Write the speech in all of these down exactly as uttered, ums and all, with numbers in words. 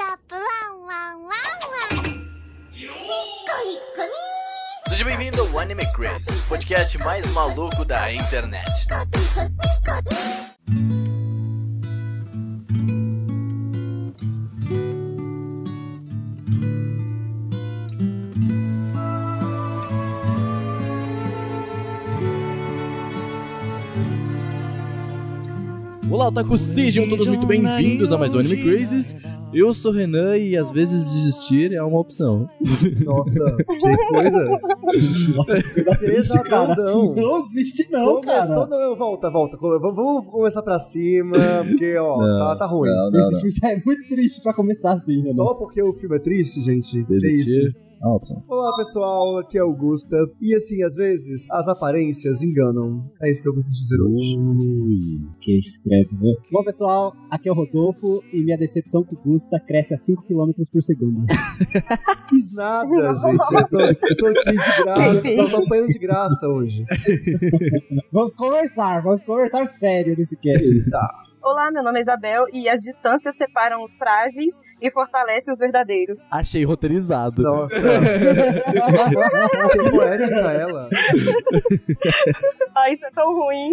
Seja bem-vindo ao Anime Crazy, o podcast mais maluco da internet. Olá, otakus, sejam todos muito bem-vindos a mais um Anime Crazes. Eu sou o Renan e às vezes desistir é uma opção. Nossa, que coisa. Beleza, cara. Não, Não desiste não, Começou, cara. não, volta, volta. Vamos, vamos começar pra cima, porque, ó, Não, tá, tá ruim. não, não, Esse não. filme já é muito triste pra começar assim, né? Só porque o filme é triste, gente. É isso. Desistir é uma opção. Olá, pessoal, aqui é o Gusta. E assim, às vezes, as aparências enganam. É isso que eu preciso dizer hoje. Ui, Que escreve, né? Bom, pessoal, aqui é o Rodolfo e minha decepção com o Gusta cresce a cinco quilômetros por segundo. Fiz nada, gente. Eu tô, eu tô aqui de graça. Tô apanhando de graça hoje. Vamos conversar, vamos conversar sério nesse cast. Tá. Olá, meu nome é Isabel e as distâncias separam os frágeis e fortalecem os verdadeiros. achei roteirizado. Nossa. Que poética ela. Ai, isso é tão ruim.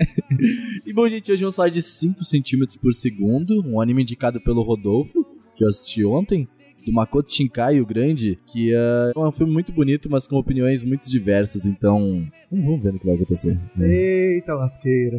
E bom, gente, hoje vamos falar de cinco centímetros por segundo, um anime indicado pelo Rodolfo, que eu assisti ontem, do Makoto Shinkai, o Grande, que uh, é um filme muito bonito, mas com opiniões muito diversas, então vamos ver o que vai acontecer. Eita lasqueira.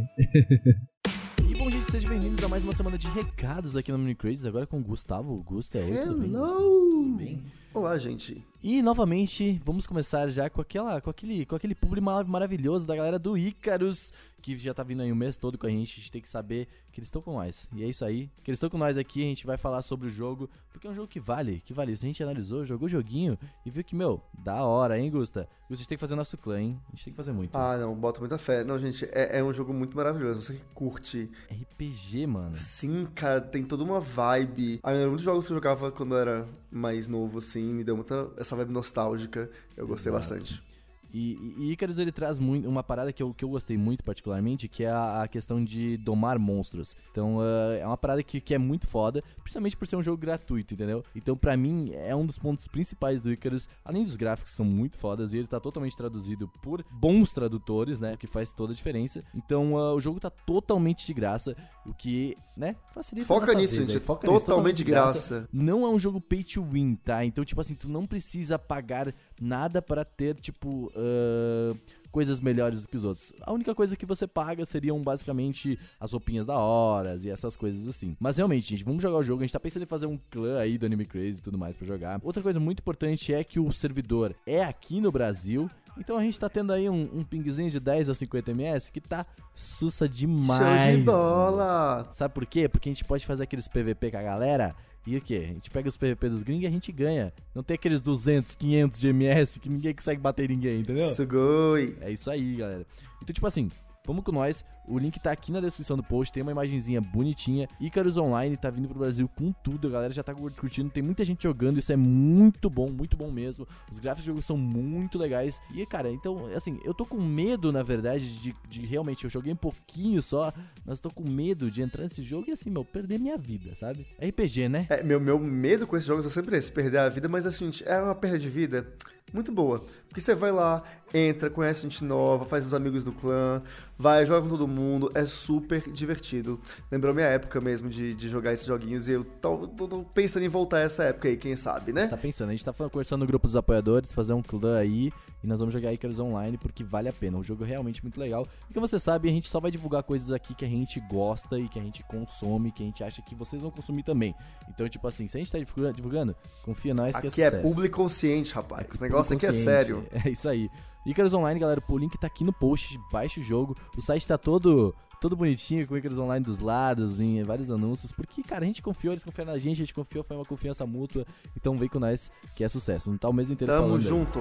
E bom, gente, sejam bem-vindos a mais uma semana de recados aqui no Anime Crazes, agora com o Gustavo. O Gusto é aí, tudo bem? Tudo bem? Olá, gente. E novamente, vamos começar já com, aquela, com aquele, com aquele publi mar- maravilhoso da galera do Icarus, que já tá vindo aí o mês todo com a gente. A gente tem que saber que eles estão com nós. E é isso aí, que eles estão com nós aqui. A gente vai falar sobre o jogo, porque é um jogo que vale, que vale isso. A gente analisou, jogou o joguinho e viu que, meu, da hora, hein, Gusta? Gusta, a gente tem que fazer nosso clã, hein? A gente tem que fazer muito. Ah, não, bota muita fé. Não, gente, é, é um jogo muito maravilhoso. Você que curte. R P G, mano. Sim, cara, tem toda uma vibe. Ah, eu lembro muitos jogos que eu jogava quando eu era mais novo, assim. Me deu muita essa vibe nostálgica. Eu gostei Exato. bastante. E, e Icarus, ele traz muito, uma parada que eu, que eu gostei muito particularmente, que é a, a questão de domar monstros. Então uh, é uma parada que, que é muito foda, principalmente por ser um jogo gratuito, entendeu? Então pra mim é um dos pontos principais do Icarus, além dos gráficos que são muito fodas, e ele tá totalmente traduzido por bons tradutores, né? O que faz toda a diferença. Então uh, o jogo tá totalmente de graça, o que, né, facilita a Foca nossa nisso, vida. gente. Foca Totalmente, nisso, totalmente de graça. Não é um jogo pay to win, tá? Então, tipo assim, tu não precisa pagar nada para ter, tipo, uh, coisas melhores do que os outros. A única coisa que você paga seriam, basicamente, as roupinhas da hora e essas coisas assim. Mas, realmente, gente, vamos jogar o jogo. A gente tá pensando em fazer um clã aí do Anime Crazy e tudo mais pra jogar. Outra coisa muito importante é que o servidor é aqui no Brasil. Então, a gente tá tendo aí um, um pingzinho de dez a cinquenta ms que tá sussa demais. Show de bola! Sabe por quê? Porque a gente pode fazer aqueles P V P com a galera. E o quê? A gente pega os P V P dos gringos e a gente ganha. Não tem aqueles duzentos, quinhentos de M S que ninguém consegue bater ninguém, entendeu? Sugoi! É isso aí, galera. Então, tipo assim, vamos com nós. O link tá aqui na descrição do post. Tem uma imagenzinha bonitinha. Icarus Online tá vindo pro Brasil com tudo. A galera já tá curtindo. Tem muita gente jogando. Isso é muito bom, muito bom mesmo. Os gráficos do jogo são muito legais. E, cara, então, assim, eu tô com medo, na verdade, de, de realmente... Eu joguei um pouquinho só, mas tô com medo de entrar nesse jogo e, assim, meu, perder minha vida, sabe? R P G, né? É, meu, meu medo com esses jogos é sempre esse, perder a vida, mas assim, é uma perda de vida muito boa. Porque você vai lá, entra, conhece gente nova, faz os amigos do clã, vai, joga com todo mundo, é super divertido. Lembrou minha época mesmo de, de jogar esses joguinhos e eu tô, tô, tô pensando em voltar a essa época aí, quem sabe, né? Você tá pensando, a gente tá falando- conversando no grupo dos apoiadores, fazer um clã aí, e nós vamos jogar Icarus Online porque vale a pena. O jogo é realmente muito legal. E como você sabe, a gente só vai divulgar coisas aqui que a gente gosta e que a gente consome, que a gente acha que vocês vão consumir também. Então, tipo assim, se a gente tá divulgando, divulgando confia nós que é Aqui é sucesso. público consciente, rapaz. Esse negócio aqui é Consciente. sério. É isso aí. Icarus Online, galera, o link tá aqui no post, baixa o jogo. O site tá todo, todo bonitinho, com o Icarus Online dos lados, em vários anúncios. Porque, cara, a gente confiou, eles confiaram na gente, a gente confiou, foi uma confiança mútua. Então vem com nós, que é sucesso. Não tá o mês inteiro Tamo falando aí. junto.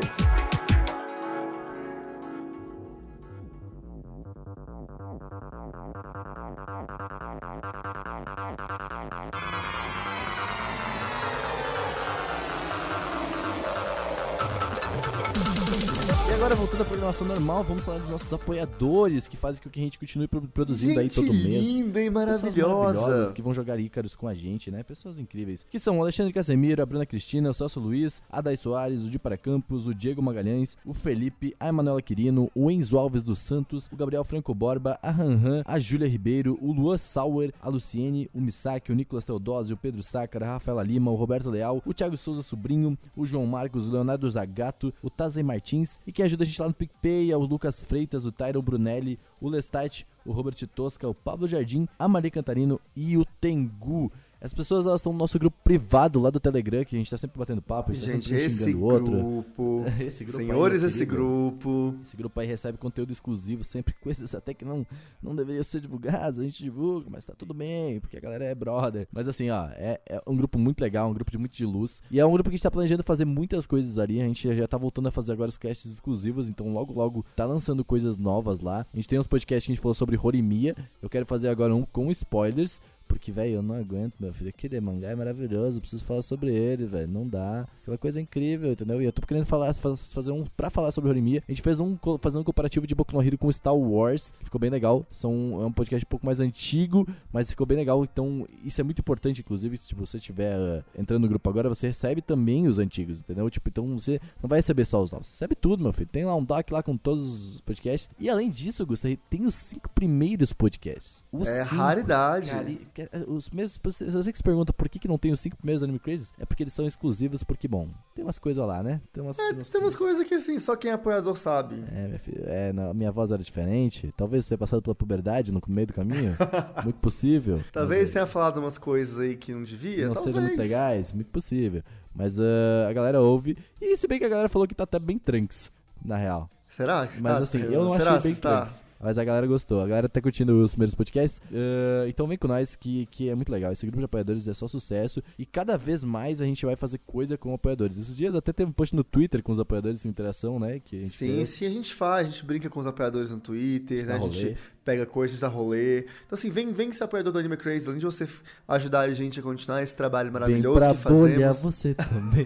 agora, voltando à programação normal, vamos falar dos nossos apoiadores que fazem com que a gente continue pro- produzindo aí Gente todo mês. linda e Pessoas maravilhosa. maravilhosas que vão jogar Ícaros com a gente, né? Pessoas incríveis. Que são o Alexandre Casemiro, a Bruna Cristina, o Celso Luiz, a Day Soares, o Di Para Campos, o Diego Magalhães, o Felipe, a Emanuela Quirino, o Enzo Alves dos Santos, o Gabriel Franco Borba, a Ranhan, a Júlia Ribeiro, o Luan Sauer, a Luciene, o Misaki, o Nicolas Teodósio, o Pedro Sácara, a Rafaela Lima, o Roberto Leal, o Thiago Souza Sobrinho, o João Marcos, o Leonardo Zagato, o Tazem Martins e quem ajuda a gente lá no PicPay é o Lucas Freitas, o Tyron Brunelli, o Lestat, o Robert Tosca, o Pablo Jardim, a Maria Cantarino e o Tengu. As pessoas, elas estão no nosso grupo privado lá do Telegram, que a gente tá sempre batendo papo, a gente, Gente, tá sempre um esse xingando o outro. grupo, Esse grupo aí, senhores, meu esse querido. grupo. Esse grupo aí recebe conteúdo exclusivo, sempre coisas até que não, não deveriam ser divulgadas, a gente divulga, mas tá tudo bem, porque a galera é brother. Mas assim, ó, é, é um grupo muito legal, um grupo de muito de luz. E é um grupo que a gente tá planejando fazer muitas coisas ali, a gente já tá voltando a fazer agora os casts exclusivos, então logo logo tá lançando coisas novas lá. A gente tem uns podcasts que a gente falou sobre Horimiya, eu quero fazer agora um com spoilers, porque, velho, eu não aguento, meu filho. Aquele mangá é maravilhoso, preciso falar sobre ele, velho. Não dá. Aquela coisa é incrível, entendeu? E eu tô querendo falar, faz- fazer um pra falar sobre Horimiya. A gente fez um, co- fazendo um comparativo de Boku no Hero com Star Wars, que ficou bem legal. São, é um podcast um pouco mais antigo, mas ficou bem legal. Então, isso é muito importante, inclusive, se você estiver uh, entrando no grupo agora, você recebe também os antigos, entendeu? Tipo, então você não vai receber só os novos. Você recebe tudo, meu filho. Tem lá um doc lá com todos os podcasts. E além disso, Gustavo, tem os cinco primeiros podcasts. Os É cinco, raridade. cara, e- que- os mesmos, se você que se pergunta por que, que não tem os cinco primeiros Anime Crazes, é porque eles são exclusivos, porque, bom, tem umas coisas lá, né? Tem umas, É, umas- tem umas coisas que, assim, só quem é apoiador sabe. É, minha filha, é, não, minha voz era diferente. Talvez você tenha passado pela puberdade no meio do caminho. Muito possível. Talvez mas, tenha falado umas coisas aí que não é, devia, não talvez. sejam muito legais, muito possível. Mas ah, a galera ouve. E se bem que a galera falou que tá até bem tranks, na real. Será? que Mas tá- assim, eu não será achei bem se tá? tranks. Mas a galera gostou, a galera tá curtindo os primeiros podcasts. Uh, então vem com nós que, que é muito legal. Esse grupo de apoiadores é só sucesso. E cada vez mais a gente vai fazer coisa com apoiadores. Esses dias até teve um post no Twitter com os apoiadores em interação, né? Que a gente Sim, fez. sim, a gente faz, a gente brinca com os apoiadores no Twitter, né? Dá A gente rolê. pega coisas da rolê. Então, assim, vem, vem ser apoiador do Anime Crazy, além de você f- ajudar a gente a continuar esse trabalho maravilhoso Vem pra que fazemos. bolha, você também.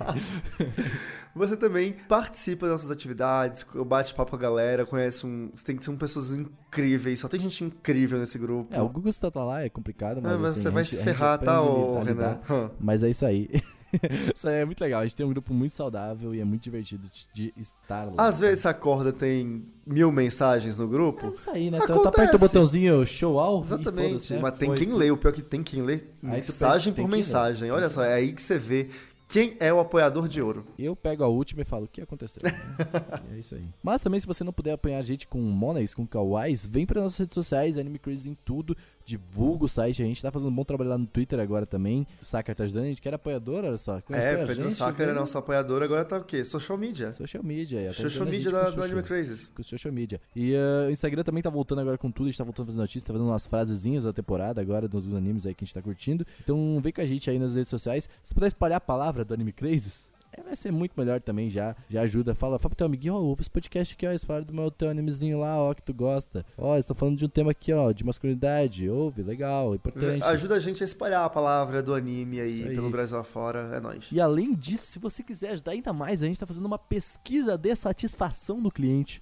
Você também participa das nossas atividades, bate papo com a galera, conhece um. Você tem que ser um pessoas incríveis, só tem gente incrível nesse grupo. É, o Google está lá, é complicado, mas, Ah, mas assim, você a vai gente- se a gente ferrar, tá, aprende a ô, lidar- Renan? lidar. Hã. Mas é isso aí. Isso aí é muito legal. A gente tem um grupo muito saudável e é muito divertido de de estar lá. Às vezes você acorda, tem mil mensagens no grupo. É isso aí, né? Tu Acontece. aperta o botãozinho show all e Exatamente, foda-se, né? mas tem Foi. quem lê, o pior é que tem quem lê Aí tu mensagem pensa, tem por quem lê. mensagem. Olha Tem só, é aí que você vê quem é o apoiador de ouro. Eu pego a última e falo, o que aconteceu? É isso aí. Mas também, se você não puder apanhar a gente com moneys, com kawais, vem para nossas redes sociais, Anime Crazy em tudo, divulga o site, a gente tá fazendo um bom trabalho lá no Twitter agora também. O Sacar tá ajudando, a gente que era apoiador, olha só. Conheceu É, a Pedro gente, Sacker é veio- nosso apoiador, agora tá o quê? Social media. Social media. aí, tá Social ajudando a media gente da, com o do social. Anime Crazes. Com o social media. E uh, o Instagram também tá voltando agora com tudo, a gente tá voltando a fazer notícias, tá fazendo umas frasezinhas da temporada agora, dos animes aí que a gente tá curtindo. Então vem com a gente aí nas redes sociais. Se puder espalhar a palavra do Anime Crazes, é, vai ser muito melhor também, já, já ajuda. Fala, fala pro teu amiguinho, ó, ouve esse podcast aqui, ó, eles falam do meu teu animezinho lá, ó, que tu gosta. Ó, eles estão falando de um tema aqui, ó, de masculinidade, ouve, legal, importante. Ajuda a gente a espalhar a palavra do anime aí, Isso aí. pelo Brasil afora, é nóis. E além disso, se você quiser ajudar ainda mais, a gente tá fazendo uma pesquisa de satisfação do cliente.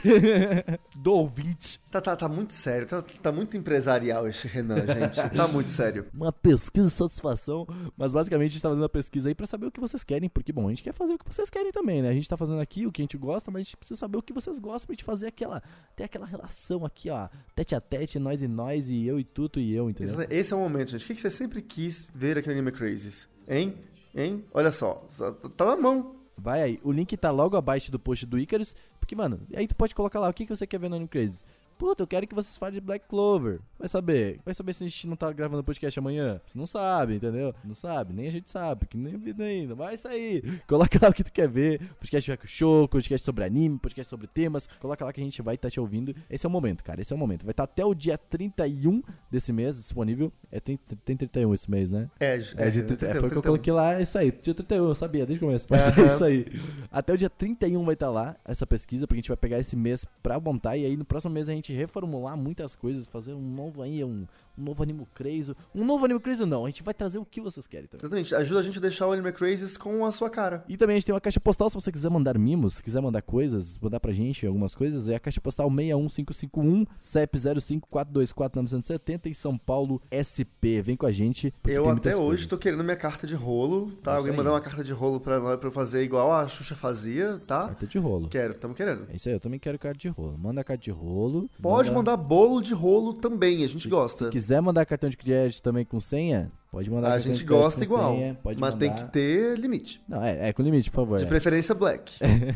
do ouvinte. Tá, tá, tá muito sério, tá, tá muito empresarial esse Renan, gente. Tá muito sério. Uma pesquisa de satisfação, mas basicamente a gente tá fazendo uma pesquisa aí pra saber o que vocês querem, porque, bom, a gente quer fazer o que vocês querem também, né? A gente tá fazendo aqui o que a gente gosta, mas a gente precisa saber o que vocês gostam pra gente fazer aquela, ter aquela relação aqui, ó, tete a tete, nós e nós, e eu e Tuto e eu, entendeu? Esse é o momento, gente. O que que você sempre quis ver aqui no Anime Crazes? Hein? Hein? Olha só, tá na mão. Vai aí, o link tá logo abaixo do post do Icarus, porque, mano, aí tu pode colocar lá o que, que você quer ver no Anime Crazes. Puta, eu quero que vocês falem de Black Clover. Vai saber. Vai saber se a gente não tá gravando podcast amanhã. Você não sabe, entendeu? Não sabe. Nem a gente sabe, que nem vida ainda. Vai sair. Coloca lá o que tu quer ver. Podcast de show, podcast sobre anime, podcast sobre temas. Coloca lá que a gente vai estar tá te ouvindo. Esse é o momento, cara. Esse é o momento. Vai estar tá até o dia trinta e um desse mês disponível. É, tem, tem trinta e um esse mês, né? É, É, de trinta, é, foi o que eu trinta e um. coloquei lá, é isso aí, dia trinta e um, eu sabia, desde o começo, mas Aham. é isso aí. Até o dia trinta e um vai estar lá, essa pesquisa, porque a gente vai pegar esse mês pra montar, e aí no próximo mês a gente reformular muitas coisas, fazer um novo aí, um, um novo Anime Crazy. Um novo Anime Crazy não, a gente vai trazer o que vocês querem também. Exatamente, ajuda a gente a deixar o Anime Crazes com a sua cara. E também a gente tem uma caixa postal, se você quiser mandar mimos, se quiser mandar coisas, mandar pra gente algumas coisas, é a caixa postal seis um cinco cinco um, C E P zero cinco quatro dois quatro nove sete zero em São Paulo, S P. Vem com a gente, porque eu tem até muitas hoje coisas. tô querendo minha carta de rolo, tá? É isso Alguém aí. mandar uma carta de rolo pra nós, pra eu fazer igual a Xuxa fazia, tá? Carta de rolo. Quero, tamo querendo. É isso aí, eu também quero carta de rolo. Manda carta de rolo. Pode manda... mandar bolo de rolo também, a gente se, gosta. Se quiser mandar cartão de crédito também com senha, pode mandar A cartão gente de crédito gosta com igual, senha, pode mas mandar... tem que ter limite. Não, é, é com limite, por favor. De é. preferência black.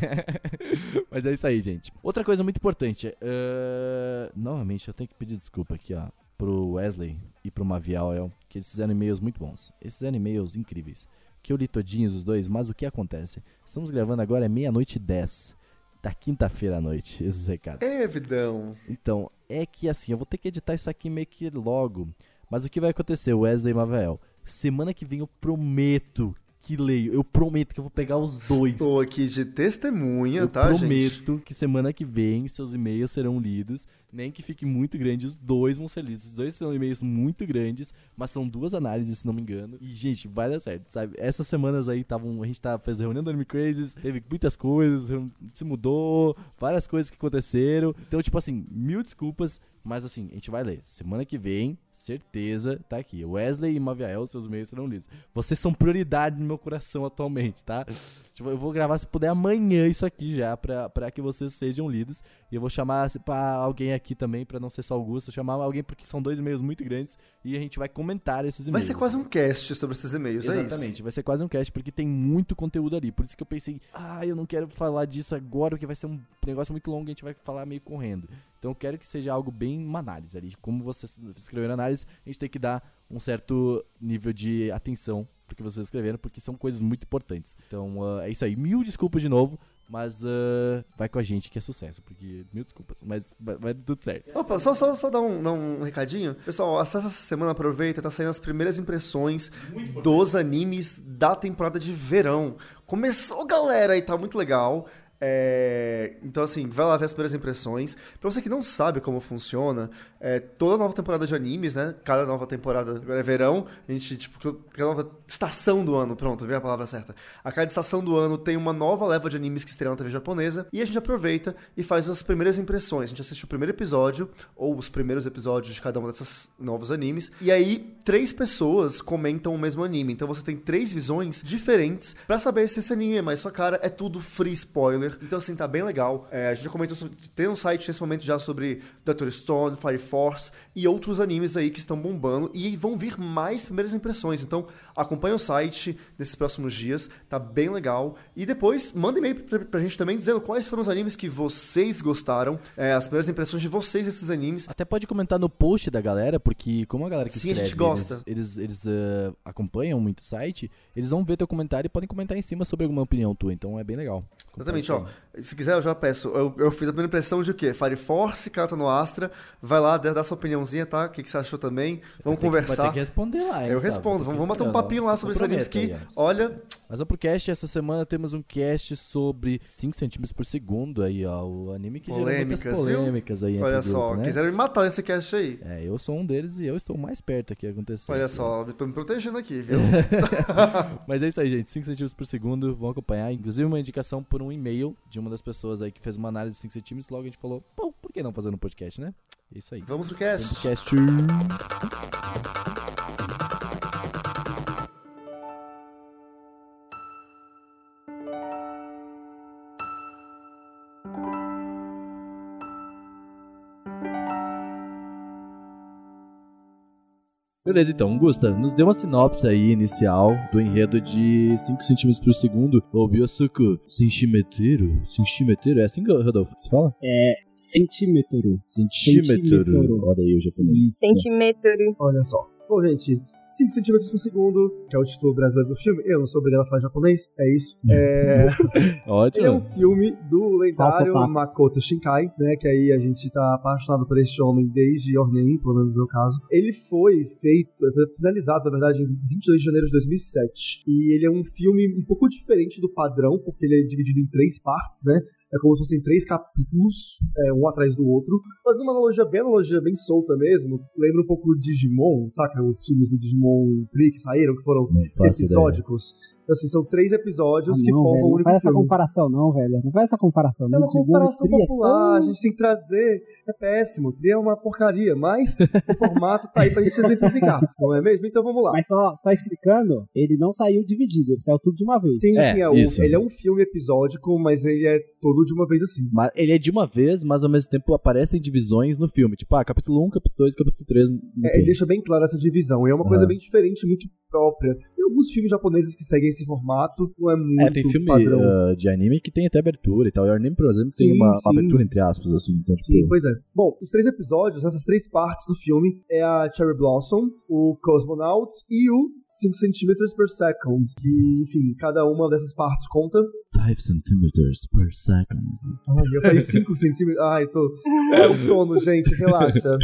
Mas é isso aí, gente. Outra coisa muito importante. Uh... Novamente, eu tenho que pedir desculpa aqui, ó, pro Wesley e pro Mavial, que eles fizeram e-mails muito bons. Esses fizeram e-mails incríveis. Que eu li todinhos os dois, mas o que acontece? Estamos gravando agora, é meia-noite e dez da quinta-feira à noite, esses recados. É, vidão. Então, é que assim, eu vou ter que editar isso aqui meio que logo. Mas o que vai acontecer, Wesley e Mavial? Semana que vem eu prometo que leio. Eu prometo que eu vou pegar os dois. Estou aqui de testemunha, Eu tá, gente? prometo que semana que vem seus e-mails serão lidos. Nem que fique muito grande, os dois vão ser lidos. Os dois são e-mails muito grandes, mas são duas análises, se não me engano. E, gente, vai dar certo, sabe? Essas semanas aí, tavam, a gente tá, fez reunião do Anime Crazes, teve muitas coisas, se mudou, várias coisas que aconteceram. Então, tipo assim, mil desculpas, mas assim, a gente vai ler. Semana que vem, certeza, tá aqui. Wesley e Maviael, seus e-mails serão lidos. Vocês são prioridade no meu coração atualmente, tá? Tipo, eu vou gravar, se puder, amanhã isso aqui já, pra, pra que vocês sejam lidos. E eu vou chamar pra alguém aqui também, pra não ser só o Augusto, chamar alguém porque são dois e-mails muito grandes e a gente vai comentar esses Vai e-mails. ser quase um cast sobre esses e-mails, é isso? Exatamente, vai ser quase um cast porque tem muito conteúdo ali. Por isso que eu pensei, ah, eu não quero falar disso agora porque vai ser um negócio muito longo e a gente vai falar meio correndo. Então eu quero que seja algo bem uma análise ali. Como vocês escreveram análise, a gente tem que dar um certo nível de atenção pro que vocês escreveram, porque são coisas muito importantes. Então uh, é isso aí. Mil desculpas de novo, mas uh, vai com a gente que é sucesso, porque mil desculpas, mas vai, vai tudo certo. Opa, só, só, só dar, um, dar um recadinho. Pessoal, acessa essa semana, aproveita, tá saindo as primeiras impressões dos animes da temporada de verão. Começou, galera, e tá muito legal. É, então, assim, vai lá ver as primeiras impressões. Pra você que não sabe como funciona, é, toda nova temporada de animes, né? Cada nova temporada, agora é verão, a gente, tipo, cada nova estação do ano, pronto, veio a palavra certa. A cada estação do ano tem uma nova leva de animes que estreiam na T V japonesa e a gente aproveita e faz as primeiras impressões. A gente assiste o primeiro episódio, ou os primeiros episódios de cada um desses novos animes, e aí três pessoas comentam o mesmo anime. Então você tem três visões diferentes pra saber se esse anime é mais sua cara. É tudo free spoiler. Então, assim, tá bem legal. É, a gente já comentou sobre... Tem um site nesse momento já sobre doutor Stone, Fire Force e outros animes aí que estão bombando. E vão vir mais primeiras impressões. Então, acompanha o site nesses próximos dias. Tá bem legal. E depois, manda e-mail pra, pra gente também dizendo quais foram os animes que vocês gostaram. É, as primeiras impressões de vocês desses animes. Até pode comentar no post da galera, porque como a galera que Sim, escreve, a gente gosta. eles, eles, eles uh, acompanham muito o site, eles vão ver teu comentário e podem comentar em cima sobre alguma opinião tua. Então, é bem legal. Exatamente, ó. Se quiser, eu já peço. Eu, eu fiz a primeira impressão de o quê? Fire Force, Carta no Astra. Vai lá, dá sua opiniãozinha, tá? O que, que você achou também? Vamos Vai ter que- conversar. Vai ter que responder lá, hein, Eu Gustavo? respondo. Vai ter Vamos, que vamos bater um responder, papinho ó. lá Se sobre os animes que, compromete aí, ó. olha... Mas vamos pro cast, essa semana temos um cast sobre cinco centímetros por segundo aí, ó. O anime que gerou muitas Polêmicas, viu? polêmicas aí entre Olha o grupo, só, né? quiseram me matar nesse cast aí. É, eu sou um deles e eu estou mais perto aqui acontecendo. Olha só, eu tô me protegendo aqui, viu? Mas é isso aí, gente. cinco centímetros por segundo, vão acompanhar. Inclusive uma indicação por um e-mail de uma das pessoas aí que fez uma análise de cinco centímetros. Logo a gente falou, pô, por que não fazer um podcast, né? É isso aí. Vamos pro Vamos cast. pro cast. Beleza, então, Gusta, nos dê uma sinopse aí inicial do enredo de cinco centímetros por segundo, ou Biosuku Senshimetero? Senshimetero? É assim, Rodolfo, que se fala? É centímetro. Centímetro. Centímetro. Olha aí o japonês. Centímetro. Olha só. Bom, gente, cinco centímetros por segundo, que é o título brasileiro do filme. Eu não sou obrigado a falar japonês, é isso. É... Ele é Ótimo. um filme do lendário Falso Makoto Shinkai, né? Que aí a gente tá apaixonado por este homem desde Your Name, pelo menos no meu caso. Ele foi feito, foi finalizado, na verdade, em vinte e dois de janeiro de dois mil e sete. E ele é um filme um pouco diferente do padrão, porque ele é dividido em três partes, né? É como se fossem três capítulos, é, um atrás do outro, fazendo uma analogia bem, analogia bem solta mesmo. Lembra um pouco do Digimon, saca? Os filmes do Digimon Tri que saíram, que foram episódicos. Então, assim, são três episódios ah, que não, formam velho, um não único faz essa filme. comparação não, velho. Não faz essa comparação. É uma Digimon comparação Tri é popular, a tão- gente tem que trazer. É péssimo, o Tri é uma porcaria, mas o formato tá aí pra gente exemplificar, não é mesmo? Então vamos lá. Mas só, só explicando, ele não saiu dividido, ele saiu tudo de uma vez. Sim, É, sim, é um, isso. ele é um filme episódico, mas ele é todo de uma vez assim. Mas ele é de uma vez, mas ao mesmo tempo aparecem divisões no filme. Tipo, ah, capítulo um, capítulo dois, capítulo três no É, ele filme. deixa bem clara essa divisão, e é uma coisa Ah. bem diferente, muito própria. Tem alguns filmes japoneses que seguem esse formato, não é muito É, tem filme padrão. uh, de anime que tem até abertura e tal. E o anime, por exemplo, Sim, tem uma, sim. uma abertura entre aspas, assim. Então, Sim, tipo, pois é. Bom, os três episódios, essas três partes do filme, é a Cherry Blossom, o Cosmonaut e o cinco centímetros per second. Que, enfim, cada uma dessas partes conta. five centimeters per second. Ai, eu falei cinco centímetros. Ai, tô. É um sono, gente, relaxa.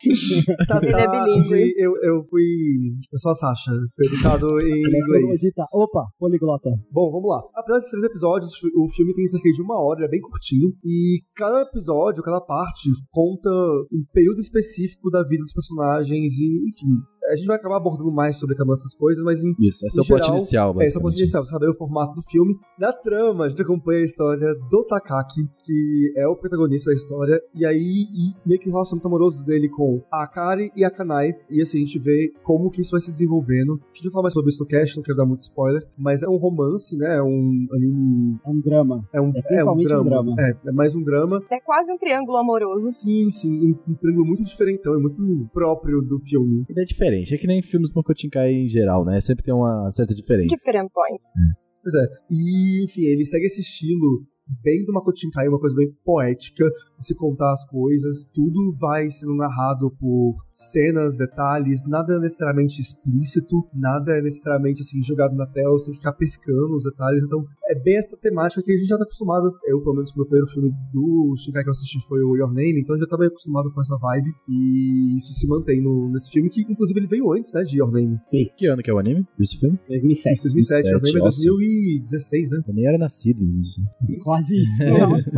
Tá Ele é bilíngue. Eu, eu fui. Eu sou a Sasha, fui educado em Ele é inglês. troglodita. Opa, poliglota. Bom, vamos lá. Apesar de três episódios, o filme tem cerca de uma hora, ele é bem curtinho. E cada episódio, cada parte, conta um período específico da vida dos personagens e, enfim. A gente vai acabar abordando mais sobre cada uma dessas coisas, mas em, Isso, esse é em o plot geral, inicial, é, esse é o plot basicamente. inicial, saber o formato do filme. Na trama, a gente acompanha a história do Takaki, que é o protagonista da história, e aí e meio que o relacionamento amoroso dele com a Akari e a Kanai, e assim, a gente vê como que isso vai se desenvolvendo. A gente vai falar mais sobre isso no cast, não quero dar muito spoiler, mas é um romance, né, é um anime... É um drama. É, um, É é um principalmente um drama. drama. É, é mais um drama. É quase um triângulo amoroso. Sim, sim, um, um triângulo muito diferentão, é muito próprio do filme. Ele é diferente, é que nem filmes do Makoto Shinkai em geral, né? Sempre tem uma certa diferença. Diferentões. Pois é. E, enfim, ele segue esse estilo bem do Makoto Shinkai, uma coisa bem poética de se contar as coisas. Tudo vai sendo narrado por cenas, detalhes, nada é necessariamente explícito, nada é necessariamente assim jogado na tela, você tem que ficar pescando os detalhes. Então é bem essa temática que a gente já tá acostumado. Eu, pelo menos, o primeiro filme do Shinkai que eu assisti foi o Your Name, então eu já tava acostumado com essa vibe, e isso se mantém no, nesse filme, que inclusive ele veio antes, né, de Your Name. Que ano que é o anime desse filme? dois mil e sete. dois mil e sete, Your Name é nossa. dois mil e dezesseis, né? Eu nem era nascido. Isso. Quase isso. Nossa.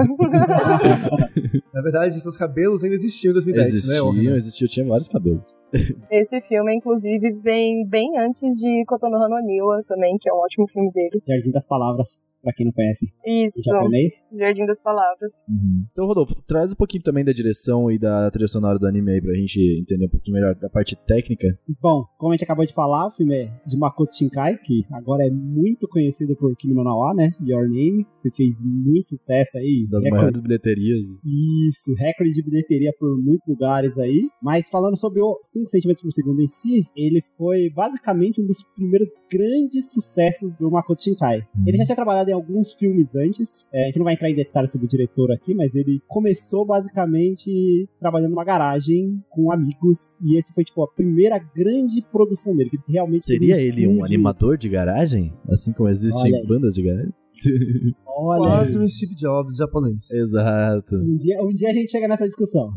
Na verdade, seus cabelos ainda existiam em dois mil e sete, né? Existiam, Orna? existiam, eu tinha vários cabelos. Esse filme, inclusive, vem bem antes de Kotonoha no Niwa também, que é um ótimo filme dele. Jardim das Palavras, pra quem não conhece Isso, em japonês. Jardim das Palavras. Então, Rodolfo, traz um pouquinho também da direção e da trilha sonora do anime aí pra gente entender um pouquinho melhor da parte técnica. Bom, como a gente acabou de falar, o filme é de Makoto Shinkai, que agora é muito conhecido por Kimi no Na wa, né? Your Name, que fez muito sucesso aí. Das recorde- maiores bilheterias. Isso, recorde de bilheteria por muitos lugares aí. Mas falando sobre o cinco centímetros por segundo em si, ele foi basicamente um dos primeiros grandes sucessos do Makoto Shinkai. Ele já tinha trabalhado em alguns filmes antes, é, a gente não vai entrar em detalhes sobre o diretor aqui, mas ele começou basicamente trabalhando numa garagem com amigos, e esse foi tipo a primeira grande produção dele, que realmente Seria teve ele um estúdio. animador de garagem? Assim como existem Olha aí. bandas de garagem? Olha, Quase um Steve Jobs japonês. Exato. Um dia, um dia a gente chega nessa discussão.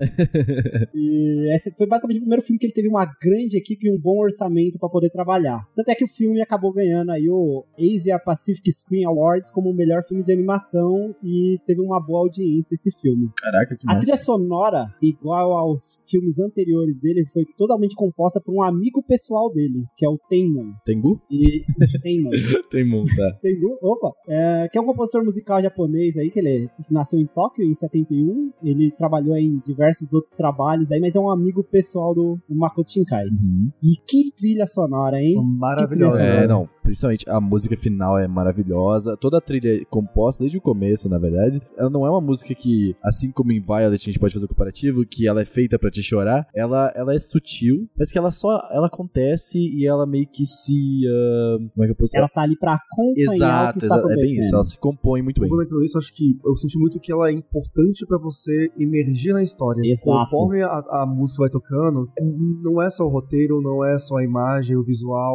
E esse foi basicamente o primeiro filme que ele teve uma grande equipe e um bom orçamento pra poder trabalhar. Tanto é que o filme acabou ganhando aí o Asia Pacific Screen Awards como o melhor filme de animação, e teve uma boa audiência esse filme. Caraca, que A massa. trilha sonora, igual aos filmes anteriores dele, foi totalmente composta por um amigo pessoal dele, que é o Tenmon. Tengu? E Tenmon. Tenmu, tá. Tengu, opa, é, que é um compositor musical japonês aí, que ele nasceu em Tóquio em setenta e um, ele trabalhou em diversos outros trabalhos aí, mas é um amigo pessoal do, do Makoto Shinkai. Uhum. E que trilha sonora, hein? Maravilhosa. É, não, principalmente a música final é maravilhosa. Toda a trilha é composta desde o começo, na verdade. Ela não é uma música que, assim como em Violet a gente pode fazer o comparativo, que ela é feita pra te chorar. Ela, ela é sutil, mas que ela só ela acontece e ela meio que se... Uh, como é que eu posso Ela tá ali pra acompanhar Exato, o que está exa- é bem acontecendo. isso. Ela se compõe muito bem. Complementando isso, acho que eu senti muito que ela é importante pra você emergir na história. Exato. Conforme a, a música vai tocando, não é só o roteiro, não é só a imagem, o visual,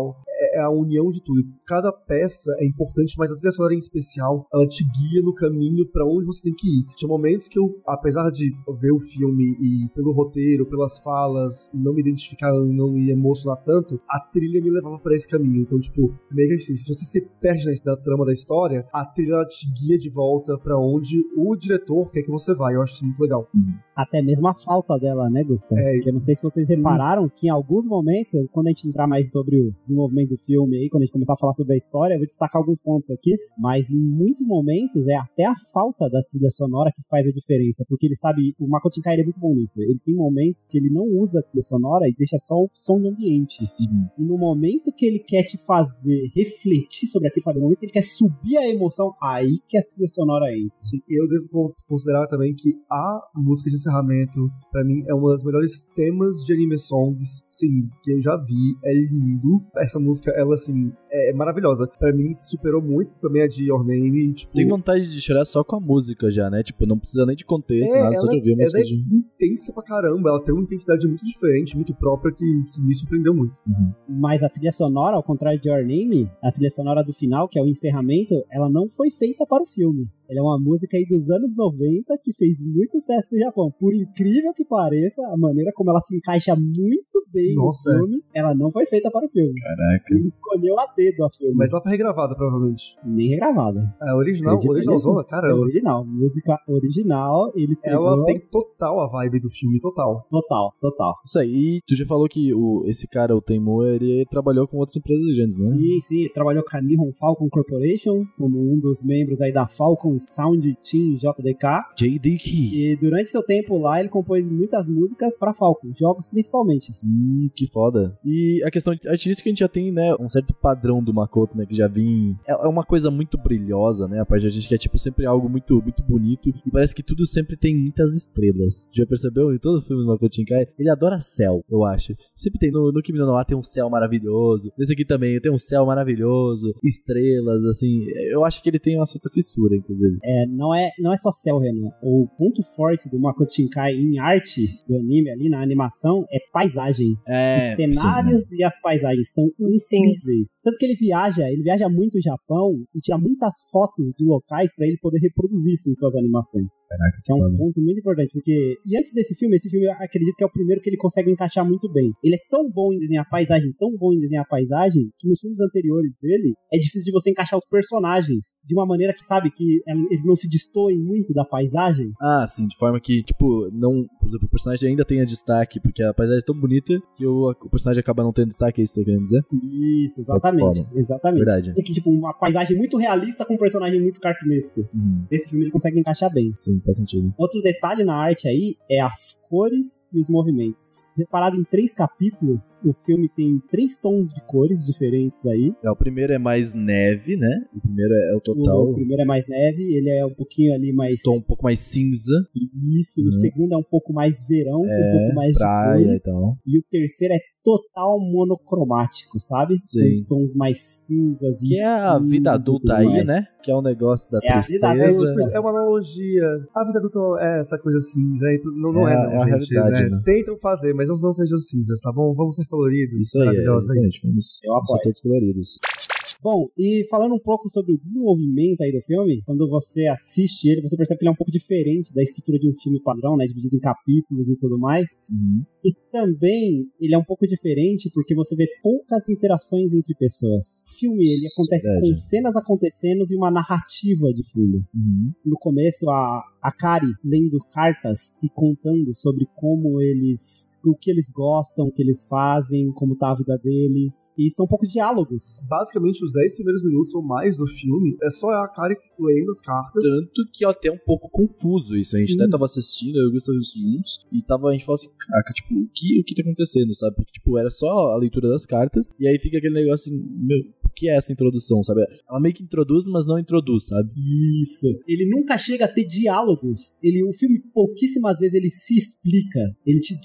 é a união de tudo. Cada peça é importante, mas a trilha sonora em especial, ela te guia no caminho pra onde você tem que ir. Tinha momentos que eu, apesar de ver o filme e pelo roteiro, pelas falas, não me identificar, não me emocionar tanto, a trilha me levava pra esse caminho. Então, tipo, meio que assim, se você se perde na trama da história, a trilha ela te guia de volta pra onde o diretor quer que você vá. Eu acho isso muito legal. Até mesmo a falta dela, né, Gustavo? É, Porque eu não sei se vocês sim. repararam que em alguns momentos, quando a gente entrar mais sobre o desenvolvimento do filme aí, quando a gente começar a falar sobre a história, eu vou destacar alguns pontos aqui, mas em muitos momentos é até a falta da trilha sonora que faz a diferença, porque ele sabe, o Makoto Shinkai é muito bom nisso, ele tem momentos que ele não usa a trilha sonora e deixa só o som do ambiente. Uhum. E no momento que ele quer te fazer refletir sobre aquilo, sabe? No momento que ele quer subir a emoção, aí que a trilha sonora entra. Sim, eu devo considerar também que a música de encerramento, pra mim, é uma das melhores temas de anime songs, sim, que eu já vi, é lindo. Essa música, ela, assim, é maravilhosa. Pra mim, superou muito também a de Your Name. Tipo... Tem vontade de chorar só com a música já, né? Tipo, não precisa nem de contexto, é, nada, só de ouvir a música. Ela é de... intensa pra caramba, ela tem uma intensidade muito diferente, muito própria, que, que me surpreendeu muito. Uhum. Mas a trilha sonora, ao contrário de Your Name, a trilha sonora do final, que é o encerramento, ela não foi feita para o filme. Ela é uma música aí dos anos noventa que fez muito sucesso no Japão. Por incrível que pareça, a maneira como ela se encaixa muito bem Nossa, no filme, é. ela não foi feita para o filme. Caraca. Ele escolheu a dedo a filme. Mas ela foi regravada, provavelmente. Nem regravada. É original, Acredita original mesmo? zona, caramba. É original. Música original, ele pegou... Ela tem total a vibe do filme, total. Total, total. Isso aí, e tu já falou que o, esse cara, o Teimur, ele trabalhou com outras empresas grandes, né? Sim, sim, ele trabalhou com a Nihon Falcon Corporation, como um dos membros aí da Falcon Sound Team J D K. J D K. E durante seu tempo lá, ele compôs muitas músicas pra Falcon, jogos principalmente. Hum, que foda. E a questão artística, a gente já tem, né, um certo padrão do Makoto, né, que já vem... É, é uma coisa muito brilhosa, né, a parte artística é, tipo, sempre algo muito, muito bonito, e parece que tudo sempre tem muitas estrelas. Já percebeu? Em todo filme do Makoto Shinkai, ele adora céu, eu acho. Sempre tem, no, no Kimi no Na tem um céu maravilhoso, nesse aqui também tem um céu maravilhoso, estrelas, assim, eu acho que ele tem uma certa fissura, inclusive. É, não é, não é só céu, Renan. O ponto forte do Makoto Shinkai em arte do anime, ali na animação, é paisagem. É, Os cenários sim, e as paisagens são incríveis. Sim. Tanto que ele viaja, ele viaja muito o Japão e tira muitas fotos de locais pra ele poder reproduzir isso em suas animações. Caraca, que é um foda. ponto muito importante, porque... E antes desse filme, esse filme eu acredito que é o primeiro que ele consegue encaixar muito bem. Ele é tão bom em desenhar paisagem, tão bom em desenhar paisagem, que nos filmes anteriores dele, é difícil de você encaixar os personagens de uma maneira que, sabe, que eles não se destoem muito da paisagem. Ah, sim, de forma que, tipo, não... Por exemplo, o personagem ainda tenha destaque, porque a paisagem é tão bonita que o, o personagem acaba não tendo destaque, é isso que eu tô querendo dizer? Isso, exatamente. Exatamente. Verdade. É que, tipo, uma paisagem muito realista com um personagem muito cartunesco. Uhum. Esse filme ele consegue encaixar bem. Sim, faz sentido. Outro detalhe na arte aí é as cores e os movimentos. Separado em três capítulos, o filme tem três tons de cores diferentes aí. É, o primeiro é mais neve, né? O primeiro é o total. O primeiro é mais neve, ele é um pouquinho ali mais... Tom um pouco mais cinza. Isso, uhum. O segundo é um pouco mais verão, é, um pouco mais praia de cores. E tal. E o terceiro é total monocromático, sabe? Sim. Com tons mais cinzas e que é a vida adulta aí, mais. Né? Que é um negócio da é tristeza. É uma analogia. A vida adulta é essa coisa cinza. Não, não é, é, não, é a gente. Realidade, né? Né? Tentam fazer, mas não, não sejam cinzas, tá bom? Vamos ser coloridos. Isso aí, é, exatamente. Vamos, vamos ser todos coloridos. Bom, e falando um pouco sobre o desenvolvimento aí do filme, quando você assiste ele, você percebe que ele é um pouco diferente da estrutura de um filme padrão, né, dividido em capítulos e tudo mais. Uhum. E também ele é um pouco diferente porque você vê poucas interações entre pessoas. O filme, ele acontece Verdade. com cenas acontecendo e uma narrativa de fundo. Uhum. No começo, a, a Kari lendo cartas e contando sobre como eles... o que eles gostam, o que eles fazem, como tá a vida deles. E são poucos diálogos. Basicamente, os dez primeiros minutos ou mais do filme é só a Kari lendo as cartas. Tanto que é até um pouco confuso isso. A gente Sim. até tava assistindo, eu e o Gustavo juntos, e tava, a gente falou assim, caraca, tipo, o que, o que tá acontecendo, sabe? Porque, tipo, era só a leitura das cartas, e aí fica aquele negócio assim, meu, o que é essa introdução, sabe? Ela meio que introduz, mas não introduz, sabe? Isso. Ele nunca chega a ter diálogos. Ele, o filme, pouquíssimas vezes, ele se explica. Ele te diz o que tá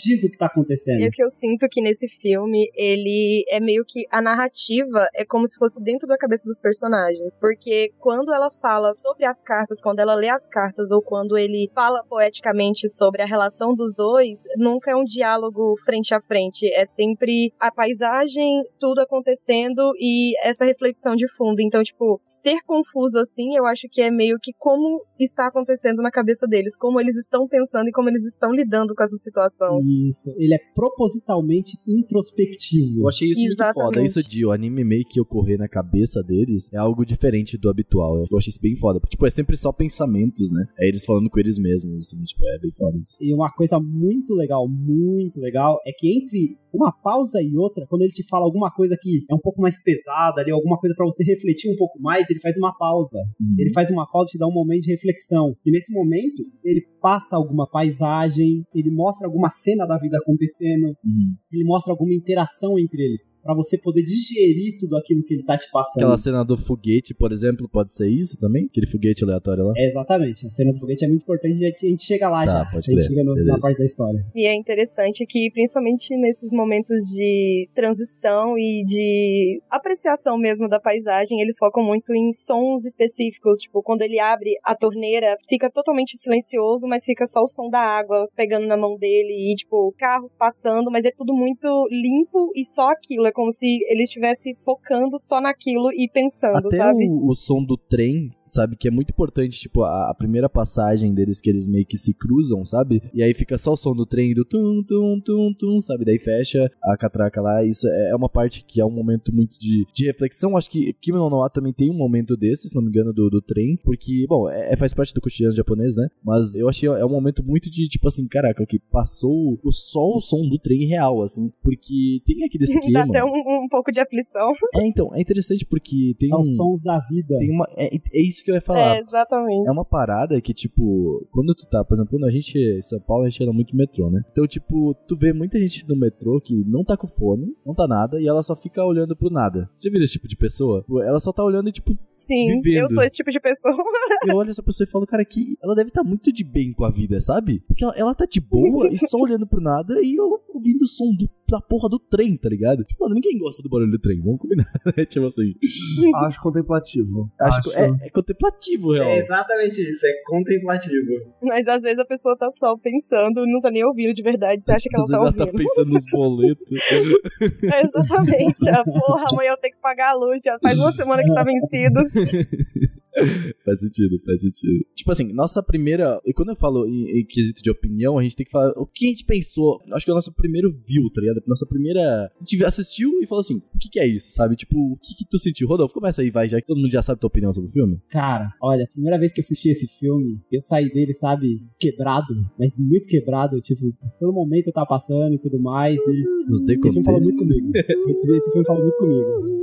acontecendo. E o que eu sinto que nesse filme, ele é meio que a narrativa é como se fosse dentro da cabeça dos personagens. Porque quando ela fala sobre as cartas, quando ela lê as cartas, ou quando ele fala poeticamente sobre a relação dos dois, nunca é um diálogo frente a frente. É sempre a paisagem, tudo acontecendo e essa reflexão de fundo. Então, tipo, ser confuso assim, eu acho que é meio que como está acontecendo na cabeça deles, como eles estão pensando e como eles estão lidando com essa situação. Isso, ele é propositalmente introspectivo. Eu achei isso Exatamente. muito foda. Isso de o anime meio que ocorrer na cabeça deles é algo diferente do habitual. Eu achei isso bem foda. Porque, tipo, é sempre só pensamentos, né? É eles falando com eles mesmos, assim, tipo, é bem foda isso. E uma coisa muito legal, muito legal, é que entre uma pausa e outra, quando ele te fala alguma coisa que é um pouco mais pesada ali, alguma coisa pra você refletir um pouco mais, ele faz uma pausa. Uhum. Ele faz uma pausa e te dá um momento de reflexão. E nesse momento, ele passa alguma paisagem, ele mostra alguma cena da vida acontecendo, Uhum. ele mostra alguma interação entre eles, pra você poder digerir tudo aquilo que ele tá te passando. Aquela cena do foguete, por exemplo, pode ser isso também? Aquele foguete aleatório lá? É, exatamente. A cena do foguete é muito importante, a gente chega lá Tá, já. pode a gente crer. chega no, na Beleza. parte da história. E é interessante que, principalmente nesses momentos de transição e de apreciação mesmo da paisagem, eles focam muito em sons específicos. Tipo, quando ele abre a torneira, fica totalmente silencioso, mas fica só o som da água pegando na mão dele e, tipo, carros passando, mas é tudo muito limpo e só aquilo. É como se ele estivesse focando só naquilo e pensando, Até sabe? o, o som do trem, sabe? Que é muito importante, tipo, a, a primeira passagem deles que eles meio que se cruzam, sabe? E aí fica só o som do trem do tum, tum, tum, tum, sabe? Daí fecha a catraca lá. Isso é uma parte que é um momento muito de, de reflexão. Acho que Kimi no No wa também tem um momento desse, se não me engano, do, do trem. Porque, bom, é, faz parte do cotidiano japonês, né? Mas eu achei é um momento muito de, tipo assim, caraca, que passou só o som do trem real, assim. Porque tem aquele esquema. Dá até um, um pouco de aflição. É, então, é interessante porque tem São um... os sons da vida. Tem uma, é, é isso que eu ia falar. É, exatamente. É uma parada que, tipo, quando tu tá, por exemplo, quando a gente, em São Paulo, a gente anda muito metrô, né? Então, tipo, tu vê muita gente no metrô que não tá com fone, não tá nada, e ela só fica olhando pro nada. Você já viu esse tipo de pessoa? Ela só tá olhando e, tipo, Sim, vivendo. eu sou esse tipo de pessoa. Eu olho essa pessoa e falo, cara, que ela deve estar tá muito de bem com a vida, sabe? Porque ela, ela tá de boa e só olhando pro nada e eu ouvindo o som do, da porra do trem, tá ligado? Tipo, mano, ninguém gosta do barulho do trem, vamos combinar. É tipo assim. Acho contemplativo. Acho, que é, é contemplativo, real. É exatamente isso, é contemplativo. Mas às vezes a pessoa tá só pensando, não tá nem ouvindo de verdade, você acha que ela Às tá vezes ela ouvindo. tá pensando nos boletos. É, exatamente. Ah, porra, amanhã eu tenho que pagar a luz, já faz uma semana que tá vencido. Faz sentido, faz sentido. Tipo assim, nossa primeira... E quando eu falo em, em quesito de opinião, a gente tem que falar o que a gente pensou. Acho que é o nosso primeiro view, tá ligado? Nossa primeira... A gente assistiu e falou assim, o que que é isso, sabe? Tipo, o que que tu sentiu? Rodolfo, começa aí, vai, já que todo mundo já sabe a tua opinião sobre o filme. Cara, olha, a primeira vez que eu assisti esse filme, eu saí dele, sabe, quebrado, mas muito quebrado, tipo, pelo momento eu tava passando e tudo mais, e Nos esse filme falou muito decontextos. comigo. Esse, esse filme falou muito comigo.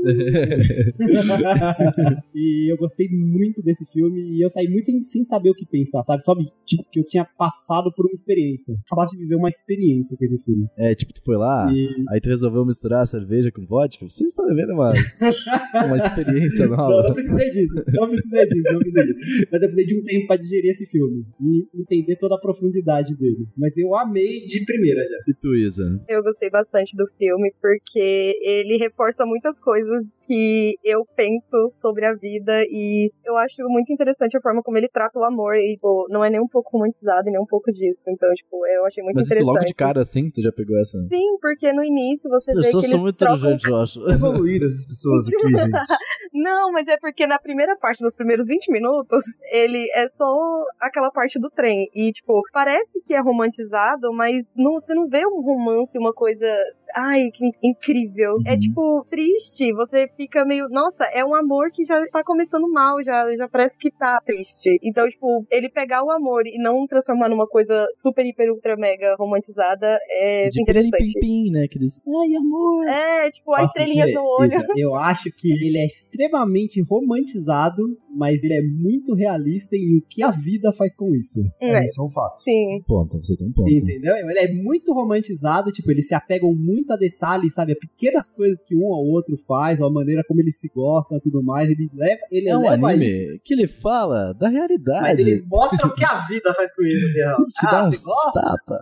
E eu gostei muito desse filme e eu saí muito sem, sem saber o que pensar, sabe? Só tipo, que eu tinha passado por uma experiência. Acabaste de viver uma experiência com esse filme. É, tipo, tu foi lá, E... aí tu resolveu misturar a cerveja com vodka. Vocês estão vendo uma, uma experiência Não, nova. não precisei disso, não precisei disso, não precisei disso. Mas eu precisei de um tempo pra digerir esse filme e entender toda a profundidade dele. Mas eu amei de primeira já. E tu, Isa? Eu gostei bastante do filme, porque ele reforça muitas coisas que eu penso sobre a vida e eu acho muito interessante a forma como ele trata o amor e, pô, não é nem um pouco romantizado e nem um pouco disso. Então, tipo, eu achei muito Mas isso interessante. logo de cara, assim, tu já pegou essa? Sim, porque no início você As vê que pessoas eles são muito trocam... inteligentes, eu acho. Evoluíram essas pessoas aqui, gente. Não, mas é porque na primeira parte, nos primeiros vinte minutos, ele é só aquela parte do trem. E, tipo, parece que é romantizado, mas não, você não vê um romance, uma coisa... Ai, que incrível. Uhum. É, tipo, triste. Você fica meio... Nossa, é um amor que já tá começando mal, já, já parece que tá triste. Então, tipo, ele pegar o amor e não transformar numa coisa super, hiper, ultra, mega romantizada é De interessante. pim-pim-pim, né? Aqueles... Ai, amor. É, tipo, as Nossa, estrelinhas Isa, no olho. Isa, eu acho que ele é extremamente romantizado, mas ele é muito realista em o que a vida faz com isso. É, Isso é um fato. sim. Ponto, você tem um ponto. Entendeu? Ele é muito romantizado, tipo, eles se apegam muito muito a detalhe, sabe? A pequenas coisas que um ou outro faz, ou a maneira como eles se gostam e tudo mais. Ele leva, ele É um leva anime isso. que ele fala da realidade. Mas ele mostra o que a vida faz com ele. Te ah, dá você uns gosta? tapa.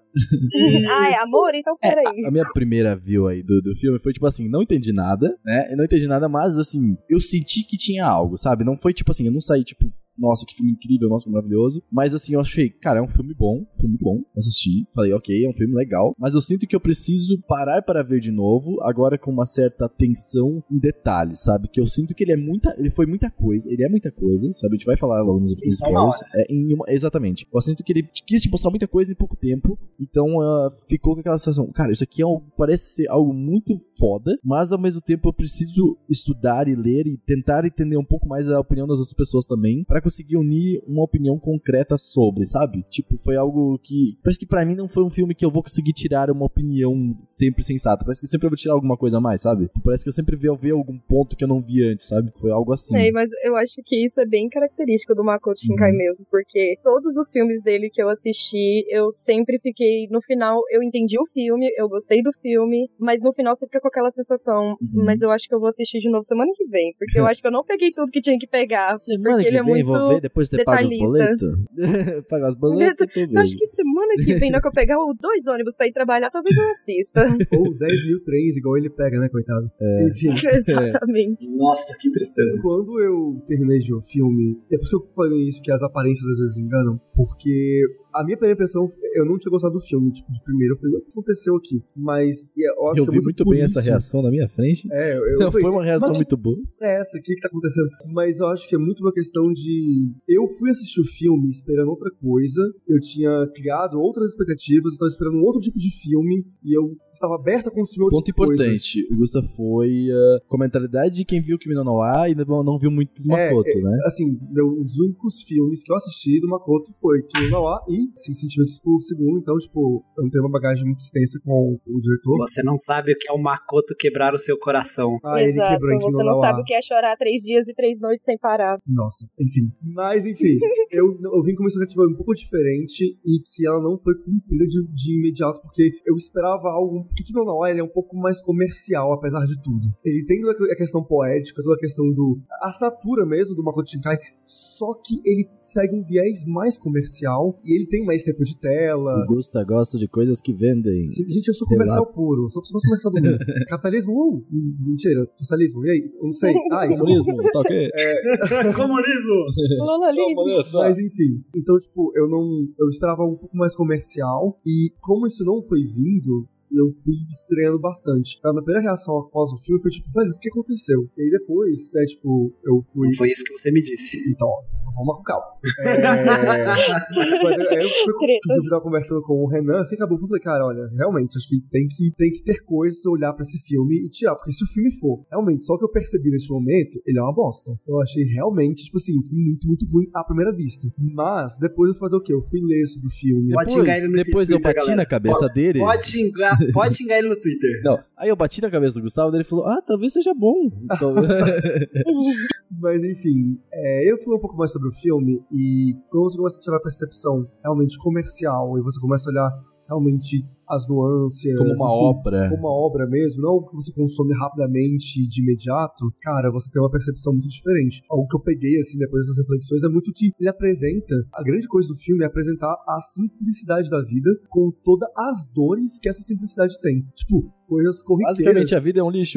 Ah, é amor? Então peraí. A minha primeira view aí do, do filme foi tipo assim, não entendi nada, né? Eu não entendi nada, mas assim, eu senti que tinha algo, sabe? Não foi tipo assim, eu não saí tipo, nossa, que filme incrível, nossa, que maravilhoso. Mas assim, eu achei, cara, é um filme bom, filme bom. Assisti, falei, ok, é um filme legal. Mas eu sinto que eu preciso parar para ver de novo, agora com uma certa atenção em detalhes, sabe? Que eu sinto que ele é muita, ele foi muita coisa, ele é muita coisa, sabe? A gente vai falar ao longo dos Isso é uma spoilers. É, em uma, exatamente. Eu sinto que ele quis te mostrar muita coisa em pouco tempo, então uh, ficou com aquela sensação, cara, isso aqui é um, parece ser algo muito foda, mas ao mesmo tempo eu preciso estudar e ler e tentar entender um pouco mais a opinião das outras pessoas também, pra conseguir unir uma opinião concreta sobre, sabe? Tipo, foi algo que... Parece que pra mim não foi um filme que eu vou conseguir tirar uma opinião sempre sensata. Parece que sempre eu vou tirar alguma coisa a mais, sabe? Parece que eu sempre vou ver algum ponto que eu não vi antes, sabe? Foi algo assim. É, mas eu acho que isso é bem característico do Makoto Shinkai Uhum. mesmo, porque todos os filmes dele que eu assisti, eu sempre fiquei, no final, eu entendi o filme, eu gostei do filme, mas no final você fica com aquela sensação, Uhum. mas eu acho que eu vou assistir de novo semana que vem, porque eu acho que eu não peguei tudo que tinha que pegar, Semana porque que ele é vem muito vou ver depois de ter pago os detalhista. boletos. Pagar os boletos, eu tô Eu acho vendo. que semana que vem, na hora que eu pegar o dois ônibus pra ir trabalhar, talvez eu assista. Ou os dez mil trens, igual ele pega, né, coitado? É. Enfim. Exatamente. Nossa, que tristeza. Quando eu terminei de ver o filme, é por isso que eu falei isso, que as aparências às vezes enganam, porque a minha primeira impressão, eu não tinha gostado do filme, tipo, de primeiro, eu falei, o que aconteceu aqui? Mas eu acho Eu que é vi muito, muito por bem isso. essa reação na minha frente. É, eu, eu Não, falei, foi uma reação mas muito boa. que é essa? O que que tá acontecendo? Mas eu acho que é muito uma questão de... Eu fui assistir o filme esperando outra coisa, eu tinha criado outras expectativas, eu estava esperando um outro tipo de filme, e eu estava aberto a consumir outra Ponto coisa. importante, o Gusta foi uh, com a mentalidade de quem viu Kimi no Nawa e não, não viu muito do Makoto, é, né? Assim, meu, os únicos filmes que eu assisti do Makoto foi Kimi no Nawa e cinco centímetros por segundo, então, tipo, eu não tenho uma bagagem muito extensa com o diretor. Você não sabe o que é o Makoto quebrar o seu coração. Ah, ele Exato, quebrou em Kimi você no não Nawa. sabe o que é chorar três dias e três noites sem parar. Nossa, enfim. Mas, enfim, eu, eu vim com uma expectativa um pouco diferente e que ela não foi cumprida de, de imediato, porque eu esperava algo... Porque Kimi no Nawa, ele é um pouco mais comercial, apesar de tudo. Ele tem toda a questão poética, toda a questão do... A assinatura mesmo do Makoto Shinkai, só que ele segue um viés mais comercial e ele tem mais tempo de tela. O Gusta gosta de coisas que vendem. Sim, gente, eu sou comercial puro, sou a pessoa mais comercial do mundo. Capitalismo? Uh, mentira. Socialismo? E aí? Eu não sei. Ah, isso Comunismo, tá ok? Comunismo! Lula livre. Mas enfim, então tipo, eu não. Eu esperava um pouco mais comercial e como isso não foi vindo, eu fui estranhando bastante. A minha primeira reação após o filme foi tipo, velho, o que aconteceu? E aí depois, né, tipo, eu fui. Foi isso que você me disse. Então, vamos lá com calma. É... Aí eu fui Tretas. eu tava conversando com o Renan, assim acabou, eu falei, cara, olha, realmente, acho que tem que, tem que ter coisas, olhar pra esse filme e tirar, porque se o filme for, realmente, só o que eu percebi nesse momento, ele é uma bosta. Eu achei realmente, tipo assim, um filme muito, muito ruim à primeira vista. Mas, depois eu fui fazer o quê? Eu fui ler sobre o filme. Pode xingar ele Depois, no depois eu Twitter, bati galera. na cabeça dele. Pode xingar, pode xingar ele no Twitter. Não, aí eu bati na cabeça do Gustavo e ele falou, ah, talvez seja bom. Então... Mas enfim, é, eu falei um pouco mais sobre o filme e quando você começa a tirar a percepção realmente comercial e você começa a olhar realmente as nuances, Como uma enfim, obra. como uma obra mesmo, não que você consome rapidamente de imediato, cara, você tem uma percepção muito diferente. Algo que eu peguei, assim, depois dessas reflexões é muito que ele apresenta, a grande coisa do filme é apresentar a simplicidade da vida com todas as dores que essa simplicidade tem. Tipo, coisas corriqueiras. Basicamente a vida é um lixo.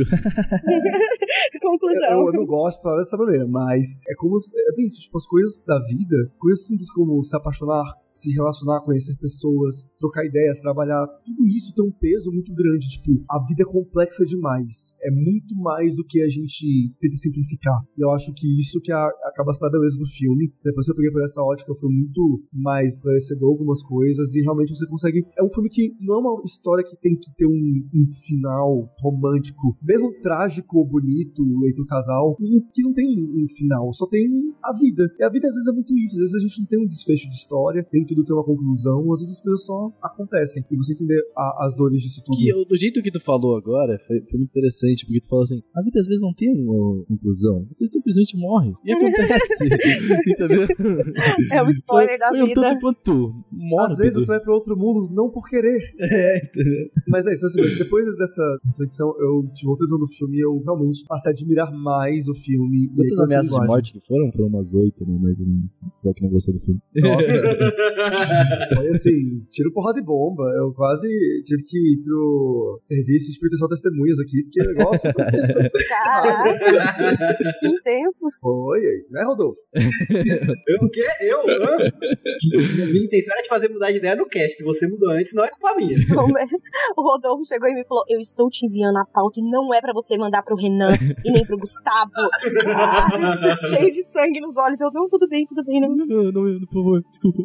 Conclusão. Eu, eu não gosto de falar dessa maneira, mas é como se- é bem isso, tipo, as coisas da vida, coisas simples como se apaixonar, se relacionar, conhecer pessoas, trocar ideias, trabalhar, tudo isso tem um peso muito grande, tipo, a vida é complexa demais, é muito mais do que a gente tenta simplificar, e eu acho que isso que a- acaba sendo a beleza do filme. Depois que eu peguei por essa ótica, foi muito mais esclarecedor algumas coisas, e realmente você consegue, é um filme que não é uma história que tem que ter um, um final romântico, mesmo trágico ou bonito entre o casal, que não tem um final, só tem a vida. E a vida às vezes é muito isso. Às vezes a gente não tem um desfecho de história, nem tudo tem uma conclusão, às vezes as coisas só acontecem. E você entender a, as dores disso tudo. Que, do jeito que tu falou agora, foi, foi muito interessante, porque tu falou assim, a vida às vezes não tem uma conclusão, você simplesmente morre. E acontece. Entendeu? É o spoiler da foi um vida. tanto quanto mórbido. Às vezes você vai pra outro mundo não por querer. É, entendeu? Mas é isso, assim, mas depois dessa reflexão, eu tive outro no filme e eu realmente passei a admirar mais o filme. E Quantas a ameaças de linguagem. morte que foram? Foram umas oito, né? Mais ou menos. Tu falou que não gostou do filme. Nossa. Foi assim, tiro porrada de bomba. Eu quase tive que ir pro serviço de proteção de testemunhas aqui, porque o negócio foi, Caraca, que intensos. foi, né, Rodolfo? Eu o quê? Eu? Hã? Minha intenção era te fazer mudar de ideia no cast. Se você mudou antes, não é culpa minha. O Rodolfo chegou e me falou, eu estou te enviando a pauta e não é pra você mandar pro Renan e nem pro Gustavo. Ah, cheio de sangue nos olhos. Eu, não, tudo bem, tudo bem. Não. Não, não, por favor, desculpa.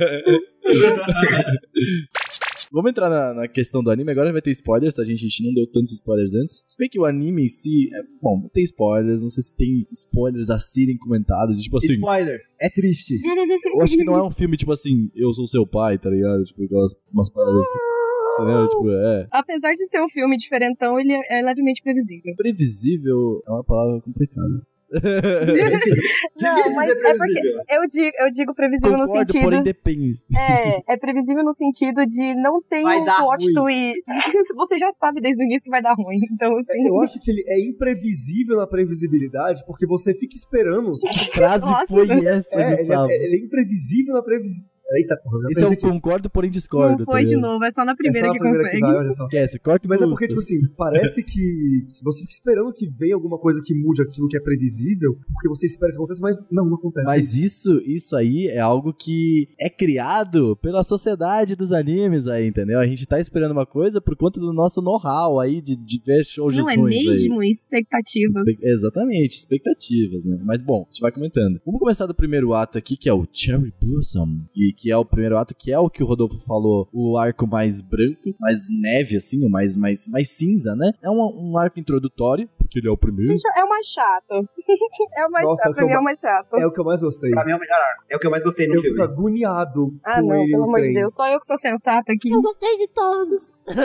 Vamos entrar na, na questão do anime, agora vai ter spoilers, tá, gente? A gente não deu tantos spoilers antes. Se bem que o anime em si, é, bom, tem spoilers, não sei se tem spoilers a serem comentados, tipo assim, Spoiler, é triste. eu acho que não é um filme, tipo assim, eu sou seu pai, tá ligado? Tipo, aquelas umas paradas assim. Entendeu? Tipo, é. Apesar de ser um filme diferentão, ele é levemente previsível. Previsível é uma palavra complicada. Não, mas é porque eu digo, eu digo previsível Concordo, no sentido... porém depende. É, é previsível no sentido de não ter Vai um dar plot ruim. twist. Você já sabe desde o início que vai dar ruim. Então, assim... Eu acho que ele é imprevisível na previsibilidade, porque você fica esperando. Que frase Nossa. foi essa, É, ele, Gustavo? é, ele é imprevisível na previsibilidade. Eita, porra, eu já Isso é um perdi aqui. concordo, porém discordo. Não foi tá de ligado? novo, é só na É primeira só a que primeira consegue. vai, olha só. Esquece, corta e Mas é custa. porque, tipo assim, parece que que você fica esperando que venha alguma coisa que mude aquilo que é previsível, porque você espera que aconteça, mas não, não acontece. Mas isso, isso aí é algo que é criado pela sociedade dos animes aí, entendeu? A gente tá esperando uma coisa por conta do nosso know-how aí de, de ver shows Não é ruins aí. mesmo expectativas. Espe- Exatamente, expectativas, né? Mas bom, a gente vai comentando. Vamos começar do primeiro ato aqui, que é o Cherry Blossom, e que é o primeiro ato, que é o que o Rodolfo falou, o arco mais branco, mais neve, assim, o mais, mais, mais cinza, né? É um, um arco introdutório, porque ele é o primeiro. Gente, é o mais chato. É o mais Nossa, é chato, o que pra mim eu é o mais chato. É o que eu mais gostei. Pra mim é o melhor arco. É o que eu mais gostei no Eu filme. fico agoniado Ah, com não, ele pelo no amor de trem. Deus. Só eu que sou sensata aqui. Eu gostei de todos.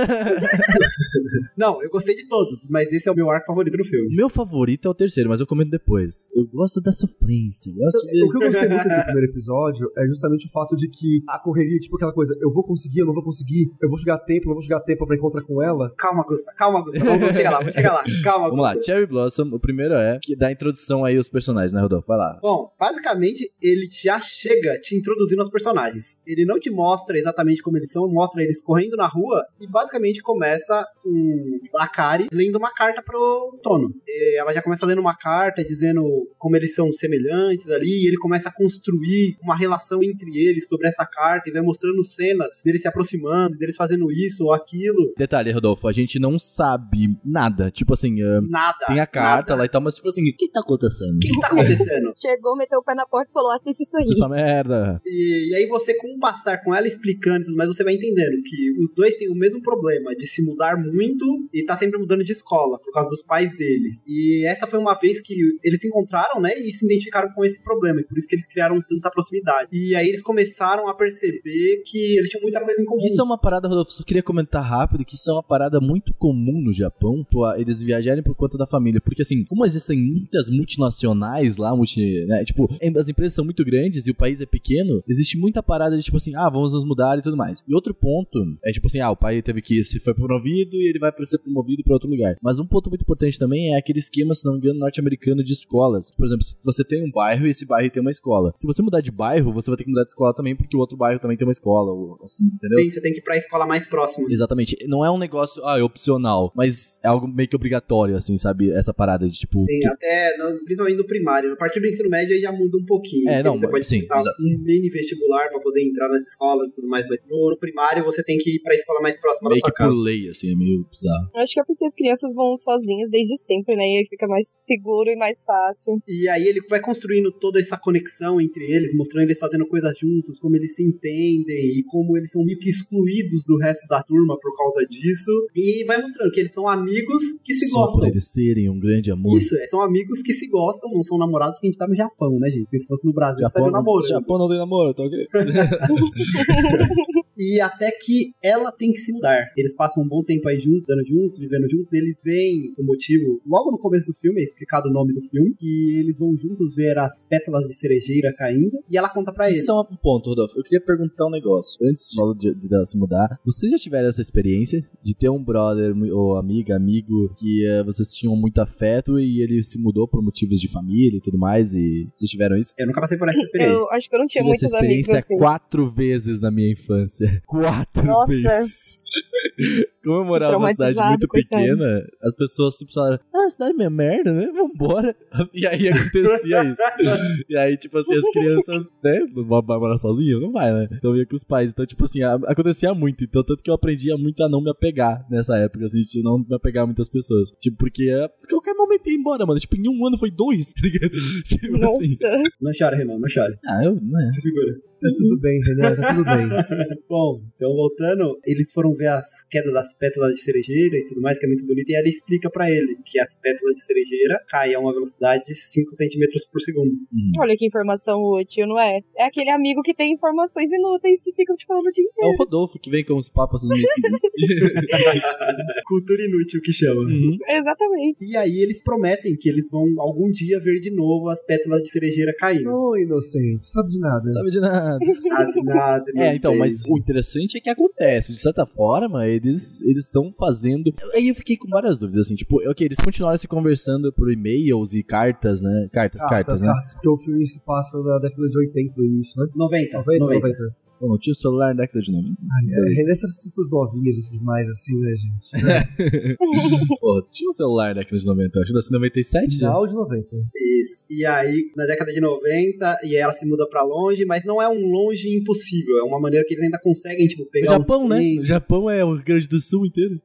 Não, eu gostei de todos, mas esse é o meu arco favorito no filme. Meu favorito é o terceiro, mas eu comento depois. Eu gosto da sofrência, eu gosto de... O que eu gostei muito desse primeiro episódio é justamente o fato de que a correria, tipo aquela coisa, eu vou conseguir, eu não vou conseguir, eu vou chegar a tempo, eu não vou chegar a tempo pra encontrar com ela. Calma, Gusta, calma, Gusta. Vamos, vamos chegar lá, vamos chegar lá. Calma, Vamos lá, Gusta. Cherry Blossom, o primeiro é que dá introdução aí aos personagens, né, Rodolfo? Vai lá. Bom, basicamente, ele já chega te introduzindo aos personagens. Ele não te mostra exatamente como eles são, mostra eles correndo na rua e basicamente começa um Akari lendo uma carta pro Tono. E ela já começa lendo uma carta dizendo como eles são semelhantes ali, e ele começa a construir uma relação entre eles sobre essa carta e vai mostrando cenas deles se aproximando, deles fazendo isso ou aquilo. Detalhe, Rodolfo, a gente não sabe nada. Tipo assim, ah, Nada. tem a carta nada. lá e tal, mas tipo assim, o que tá acontecendo? O que, que tá acontecendo? Chegou, meteu o pé na porta e falou, assiste isso aí. Essa merda. E, e aí você, com o passar com ela explicando isso, mas você vai entendendo que os dois têm o mesmo problema de se mudar muito e tá sempre mudando de escola por causa dos pais deles. E essa foi uma vez que eles se encontraram, né, e se identificaram com esse problema, e por isso que eles criaram tanta proximidade. E aí eles começaram a perceber que eles tinham muita coisa em comum. Isso é uma parada, Rodolfo, só queria comentar rápido que isso é uma parada muito comum no Japão, pô, eles viajarem por conta da família, porque assim, como existem muitas multinacionais lá, multi, né, tipo, as empresas são muito grandes e o país é pequeno, existe muita parada de tipo assim, ah, vamos nos mudar e tudo mais. E outro ponto é tipo assim, ah, o pai teve que, se foi promovido e ele vai ser promovido pra outro lugar. Mas um ponto muito importante também é aquele esquema, se não me engano, norte-americano de escolas. Por exemplo, se você tem um bairro e esse bairro tem uma escola. Se você mudar de bairro, você vai ter que mudar de escola também, porque o outro bairro também tem uma escola, ou assim, entendeu? Sim, você tem que ir pra escola mais próxima. Exatamente. Não é um negócio, ah, é opcional, mas é algo meio que obrigatório, assim, sabe? Essa parada de, tipo... Sim, tu- até, no, principalmente no primário. A partir do ensino médio aí já muda um pouquinho. É, porque não, você pode sim, tentar exato. um mini vestibular pra poder entrar nas escolas e tudo mais. Mas no, no primário você tem que ir pra escola mais próxima da meio sua que por casa. lei, assim, é meio bizarro. Acho que é porque as crianças vão sozinhas desde sempre, né? E aí fica mais seguro e mais fácil. E aí ele vai construindo toda essa conexão entre eles, mostrando eles fazendo coisas juntos, juntos, como eles se entendem e como eles são meio que excluídos do resto da turma por causa disso. E vai mostrando que eles são amigos que se Só gostam. pra eles terem um grande amor. Isso, é, são amigos que se gostam, não são namorados, porque a gente tá no Japão, né, gente? Porque se fosse no Brasil, Japão, estaria namoro. Japão não tem namoro, tá ok? E até que ela tem que se mudar. Eles passam um bom tempo aí juntos, dando juntos, vivendo juntos. Eles veem o motivo, logo no começo do filme, é explicado o nome do filme, que eles vão juntos ver as pétalas de cerejeira caindo. E ela conta pra ele. Isso é um ponto, Rodolfo. Eu queria perguntar um negócio. Antes de, de, de ela se mudar, vocês já tiveram essa experiência de ter um brother ou amiga, amigo, que uh, vocês tinham muito afeto e ele se mudou por motivos de família e tudo mais? E vocês tiveram isso? Eu nunca passei por essa experiência. Eu acho que eu não tinha Tive muitos essa amigos experiência assim. quatro vezes na minha infância. Quatro Nossa. vezes. Como eu morava numa cidade muito coitado. pequena, as pessoas sempre falaram, ah, a cidade é meio merda, né? Vambora. E aí acontecia isso. E aí, tipo assim, as crianças, né? Não vai morar sozinho? Não vai, né? Então eu ia com os pais. Então, tipo assim, a- acontecia muito. Então, tanto que eu aprendia muito a não me apegar nessa época, assim, de não me apegar a muitas pessoas. Tipo, porque é, qualquer momento ia embora, mano. Tipo, em um ano foi dois, tá ligado? Tipo Nossa. assim. Não chore, Renan, não chore. Ah, eu, né? Se segura. Tá tudo bem, Renan, tá tudo bem. Bom, então voltando, eles foram ver as quedas das pétalas de cerejeira e tudo mais, que é muito bonito, e ela explica pra ele que as pétalas de cerejeira caem a uma velocidade de cinco centímetros por segundo. Hum. Olha que informação útil, não é? É aquele amigo que tem informações inúteis que ficam te falando o dia É inteiro. o Rodolfo que vem com os papos meio esquisitos. Cultura inútil que chama. Uhum. Exatamente. E aí eles prometem que eles vão algum dia ver de novo as pétalas de cerejeira caindo. Ô, inocente, sabe de nada. Sabe de nada. Sabe nada, É, então, mas inocente. o interessante é que acontece. De certa forma, eles eles estão fazendo. Aí eu fiquei com várias dúvidas, assim, tipo, ok, eles continuaram se conversando por e-mails e cartas, né? Cartas, Ah, cartas, das né? cartas, porque o filme se passa na década de oitenta no início, né? noventa, noventa, noventa. noventa. Pô, não tinha o celular na década de noventa. Ai, é, essas pessoas novinhas assim, mais assim, né, gente? Pô, tinha um celular na década de noventa, eu acho que nasci em noventa e sete já. Final de noventa. Isso. E aí, na década de noventa, e aí ela se muda pra longe, mas não é um longe impossível, é uma maneira que eles ainda conseguem, tipo, O pegar Japão, uns né? clientes, O Japão é o Rio Grande do Sul inteiro.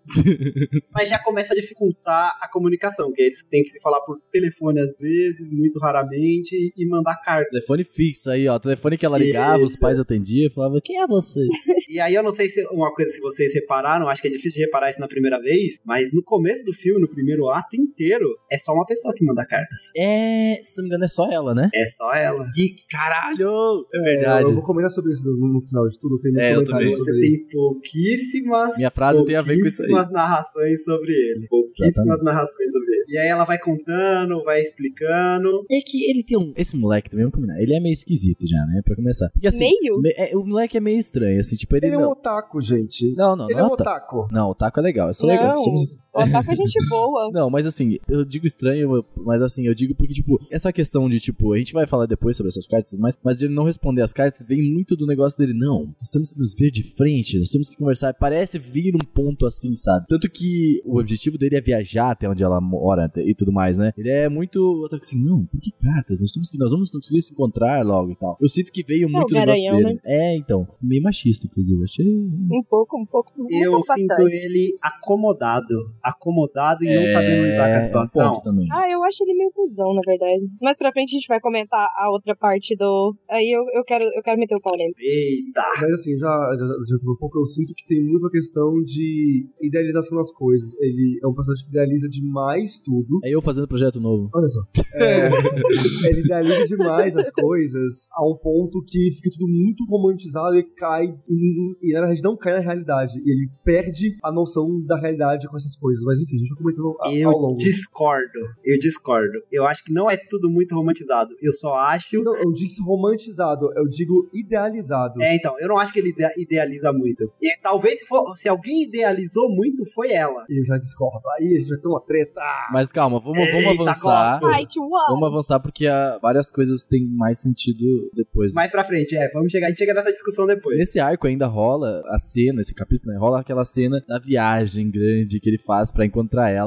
mas já começa a dificultar a comunicação, que eles têm que se falar por telefone às vezes, muito raramente, e mandar cartas. Telefone fixo aí, ó. Telefone que ela ligava, os Isso. pais atendiam e falavam, quem é você? E aí eu não sei se uma coisa se vocês repararam, acho que é difícil de reparar isso na primeira vez, mas no começo do filme, no primeiro ato inteiro, é só uma pessoa que manda cartas. É, se não me engano, é só ela, né? É só ela. Que caralho! É É, verdade. eu vou comentar sobre isso no, no final de tudo, eu tenho meus É, eu comentários também. Você sobre tem pouquíssimas Minha frase tem a ver com isso aí. pouquíssimas narrações sobre ele. Pouquíssimas Exatamente. narrações sobre ele. E aí ela vai contando, vai explicando. É que ele tem um. Esse moleque também, vamos combinar. Ele é meio esquisito já, né? Pra começar. Porque assim. Meio? me- é, o moleque é meio estranho, assim, tipo, ele, Ele é um não. otaku, gente. Não, não, Ele não. é um tá- otaku. Não, o taco é legal. Eu sou legal. Não. Somos... O Otaku é gente boa. Não, mas assim, eu digo estranho, mas assim, eu digo porque, tipo, essa questão de, tipo, a gente vai falar depois sobre essas cartas, mas, mas de ele não responder as cartas vem muito do negócio dele. Não, nós temos que nos ver de frente, nós temos que conversar. Parece vir um ponto assim, sabe? Tanto que o objetivo dele é viajar até onde ela mora e tudo mais, né? Ele é muito assim, não, por que cartas? Nós temos que, nós vamos conseguir se encontrar logo e tal. Eu sinto que veio muito o do negócio garanhão, dele. É, então, meio machista, inclusive. Achei. Um pouco, um pouco, um Eu pouco sinto bastante. ele acomodado. Acomodado e não sabendo lidar com a É um situação. ponto também. Ah, eu acho ele meio cuzão, na verdade. Mais pra frente a gente vai comentar a outra parte do... Aí eu, eu, quero, eu quero meter o pau nele. Eita. Mas assim, já adiantando um pouco, eu sinto que tem muito a questão de idealização das coisas. Ele é um personagem que idealiza demais tudo. É eu fazendo projeto novo. Olha só. É, ele idealiza demais as coisas a um ponto que fica tudo muito romantizado e cai, e, e na verdade não cai na realidade. E ele perde a noção da realidade com essas coisas. Mas enfim, a gente vai comentando a- ao Eu longo. discordo. Eu discordo. Eu acho que não é tudo muito romantizado. Eu só acho. Não, eu digo romantizado, eu digo idealizado. É, então, eu não acho que ele ide- idealiza muito. E talvez se, for, se alguém idealizou muito, foi ela. Eu já discordo. Aí a gente vai ter uma treta. Mas calma, vamos, vamos Eita, avançar. gosto. Fight one! Vamos avançar porque ah, várias coisas têm mais sentido depois. Mais pra frente, é. Vamos chegar, a gente chega nessa discussão depois. Nesse arco ainda rola a cena, esse capítulo, né? Rola aquela cena da viagem grande que ele faz pra encontrar ela.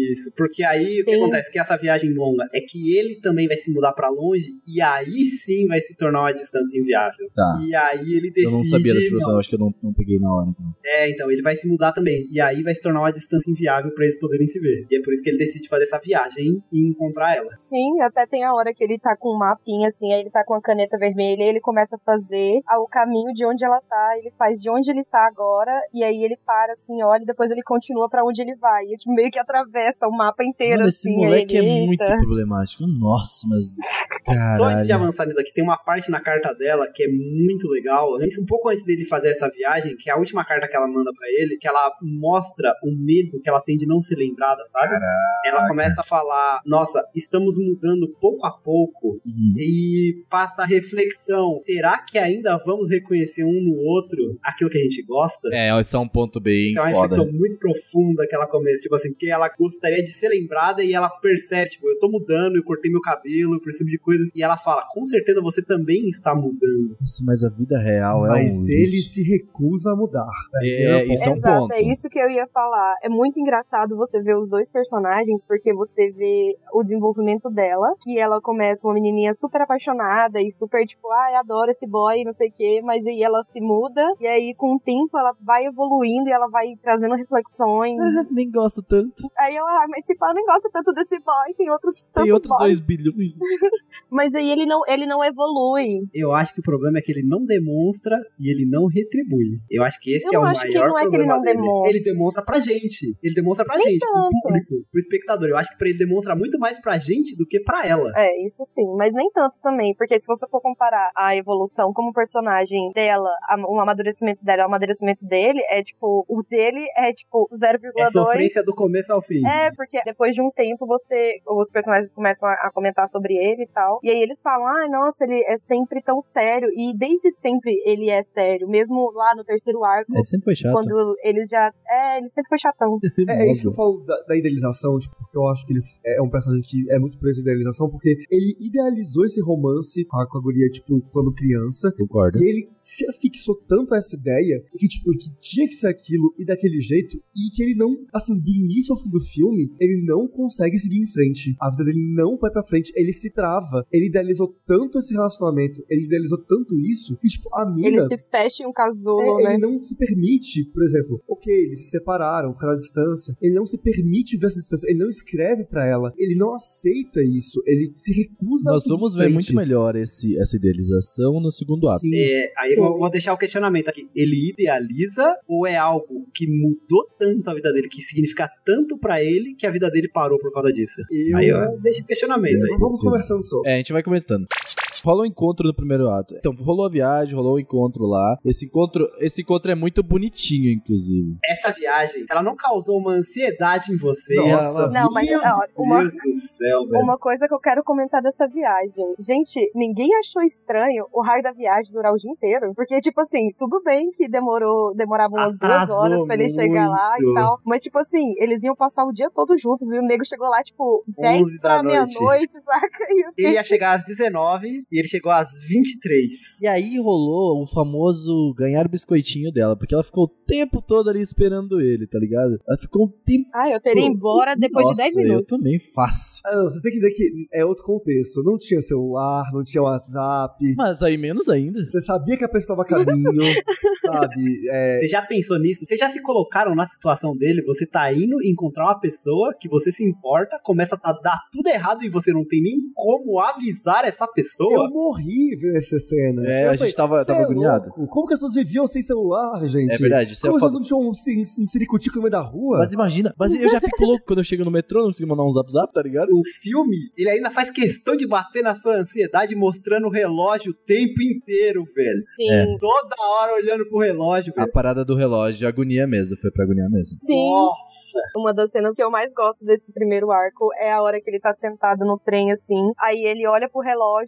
Isso, porque aí o que Sim. acontece? Que essa viagem longa é que ele também vai se mudar pra longe e aí sim vai se tornar uma distância inviável. Tá. E aí ele decide... Eu não sabia dessa informação, não, acho que eu não, não peguei na hora. Então. É, então, ele vai se mudar também. E aí vai se tornar uma distância inviável pra eles poderem se ver. E é por isso que ele decide fazer essa viagem e encontrar ela. Sim, até tem a hora que ele tá com um mapinha, assim, aí ele tá com a caneta vermelha, e ele começa a fazer o caminho de onde ela tá, ele faz de onde ele está agora, e aí ele para, assim, olha, e depois ele continua pra onde ele vai. E tipo, meio que atravessa o mapa inteiro, Mano, assim. esse moleque aí, é eita. muito problemático. Nossa, mas... Só antes de Caralho. avançar nisso aqui, tem uma parte na carta dela que é muito legal. Antes, um pouco antes dele fazer essa viagem, que é a última carta que ela manda pra ele, que ela mostra o medo que ela tem de não ser lembrada, sabe? Caraca. Ela começa a falar, nossa, estamos mudando pouco a pouco. Uhum. E passa a reflexão, será que ainda vamos reconhecer um no outro aquilo que a gente gosta? É, esse é um ponto bem Isso é uma foda. reflexão muito profunda que ela começa, tipo assim, que ela gostaria de ser lembrada e ela percebe, tipo, eu tô mudando, eu cortei meu cabelo, eu percebo de coisas, e ela fala, com certeza você também está mudando. Nossa, mas a vida real é um... Mas ele se recusa a mudar. É, isso é um Exato, ponto. é isso que eu ia falar. É muito engraçado você ver os dois personagens, porque você vê o desenvolvimento dela, que ela começa uma menininha super apaixonada e super tipo, ai, adoro esse boy, não sei o quê, mas aí ela se muda, e aí com o tempo ela vai evoluindo e ela vai trazendo reflexões. Nem gosto tanto. Aí eu, ah, mas se pá, não gosta tanto desse boy, tem outros tantos Tem outros boys. dois bilhões. Mas aí ele não, ele não evolui. Eu acho que o problema é que ele não demonstra e ele não retribui. Eu acho que esse Eu é o acho maior que não é que ele problema não dele. demonstra. Ele demonstra pra gente. Ele demonstra pra Nem gente, pro tanto. público, pro espectador. Eu acho que pra ele demonstra muito mais pra gente do que pra ela. É, isso sim, mas nem tanto também, porque se você for comparar a evolução como personagem dela, a- o amadurecimento dela, o amadurecimento dele, é tipo, o dele é tipo zero É vírgula dois. sofrência do começo ao fim. É, porque depois de um tempo você, os personagens começam a, a comentar sobre ele e tal, e aí eles falam, ah, nossa, ele é sempre tão sério, e desde sempre ele é sério, mesmo lá no terceiro arco, Ele sempre foi chato. quando ele já, é, ele sempre foi chatão. É, é isso que eu falo da, da idealização, tipo, porque eu acho que ele é um personagem que é muito preso à idealização, porque ele idealizou esse romance com a, com a guria, tipo, quando criança, Concordo. e ele se afixou tanto a essa ideia, que, tipo, que tinha que ser aquilo e daquele jeito, e que ele não, assim, do início ao fim do filme, ele não consegue seguir em frente. A vida dele não vai pra frente, ele se trava. Ele idealizou tanto esse relacionamento, ele idealizou tanto isso, que, tipo, a mina... Ele se fecha em um casulo, É, né? ele não se permite, por exemplo, ok, eles se separaram, ficaram à distância, ele não se permite ver essa distância, ele não escreve pra ela, ele não aceita isso, ele se recusa a Nós seguir vamos em ver frente. muito melhor esse, essa idealização no segundo ato. Sim. É, aí Sim. eu vou deixar o questionamento aqui. Ele idealiza ou é algo que mudou tanto a vida dele, que significa tanto pra ele, que a vida dele parou por causa disso? Eu- Aí eu deixo o questionamento aí. Vamos conversando sobre. É, a gente vai comentando. Rola um encontro no primeiro ato. Então, rolou a viagem, rolou o encontro lá. Esse encontro, esse encontro é muito bonitinho, inclusive. Essa viagem, ela não causou uma ansiedade em você? Nossa. Ela... Não, mas Meu ó, uma, Deus do céu, velho. uma coisa que eu quero comentar dessa viagem. Gente, ninguém achou estranho o raio da viagem durar o dia inteiro? Porque, tipo assim, tudo bem que demorou, demorava umas Atrasou duas horas pra ele chegar lá e muito. tal. Mas, tipo assim, eles iam passar o dia todo juntos e o nego chegou lá, tipo, dez onze da pra noite. meia-noite, saca? E eu Ele ia chegar às dezenove e ele chegou às vinte e três. E aí rolou o famoso ganhar biscoitinho dela, porque ela ficou o tempo todo ali esperando ele, tá ligado? Ela ficou um tempo... Ai, eu teria ido embora depois Nossa, de dez minutos. eu também faço. Ah, não, vocês têm que ver que é outro contexto. Não tinha celular, não tinha WhatsApp. Mas aí menos ainda. Você sabia que a pessoa tava a caminho, sabe? É, Você já pensou nisso? Vocês já se colocaram na situação dele? Você tá indo encontrar uma pessoa que você se importa, começa a dar tudo errado e você não tem nem como avisar essa pessoa? eu morri vendo essa cena. É, Eu a gente falei, tava- "Cê tava é agoniado." louco? Como que as pessoas viviam sem celular, gente? É verdade, isso é Como as foda. pessoas não tinham um, ci- um ciricutico no meio da rua? Mas imagina, mas eu já fico louco quando eu chego no metrô, não consigo mandar um zap zap, tá ligado? O filme, ele ainda faz questão de bater na sua ansiedade mostrando o relógio o tempo inteiro, velho. Sim, É. Toda hora olhando pro relógio, A velho. parada do relógio, agonia mesmo, foi pra agonia mesmo. sim. Nossa! Uma das cenas que eu mais gosto desse primeiro arco é a hora que ele tá sentado no trem, assim, aí ele olha pro relógio, aí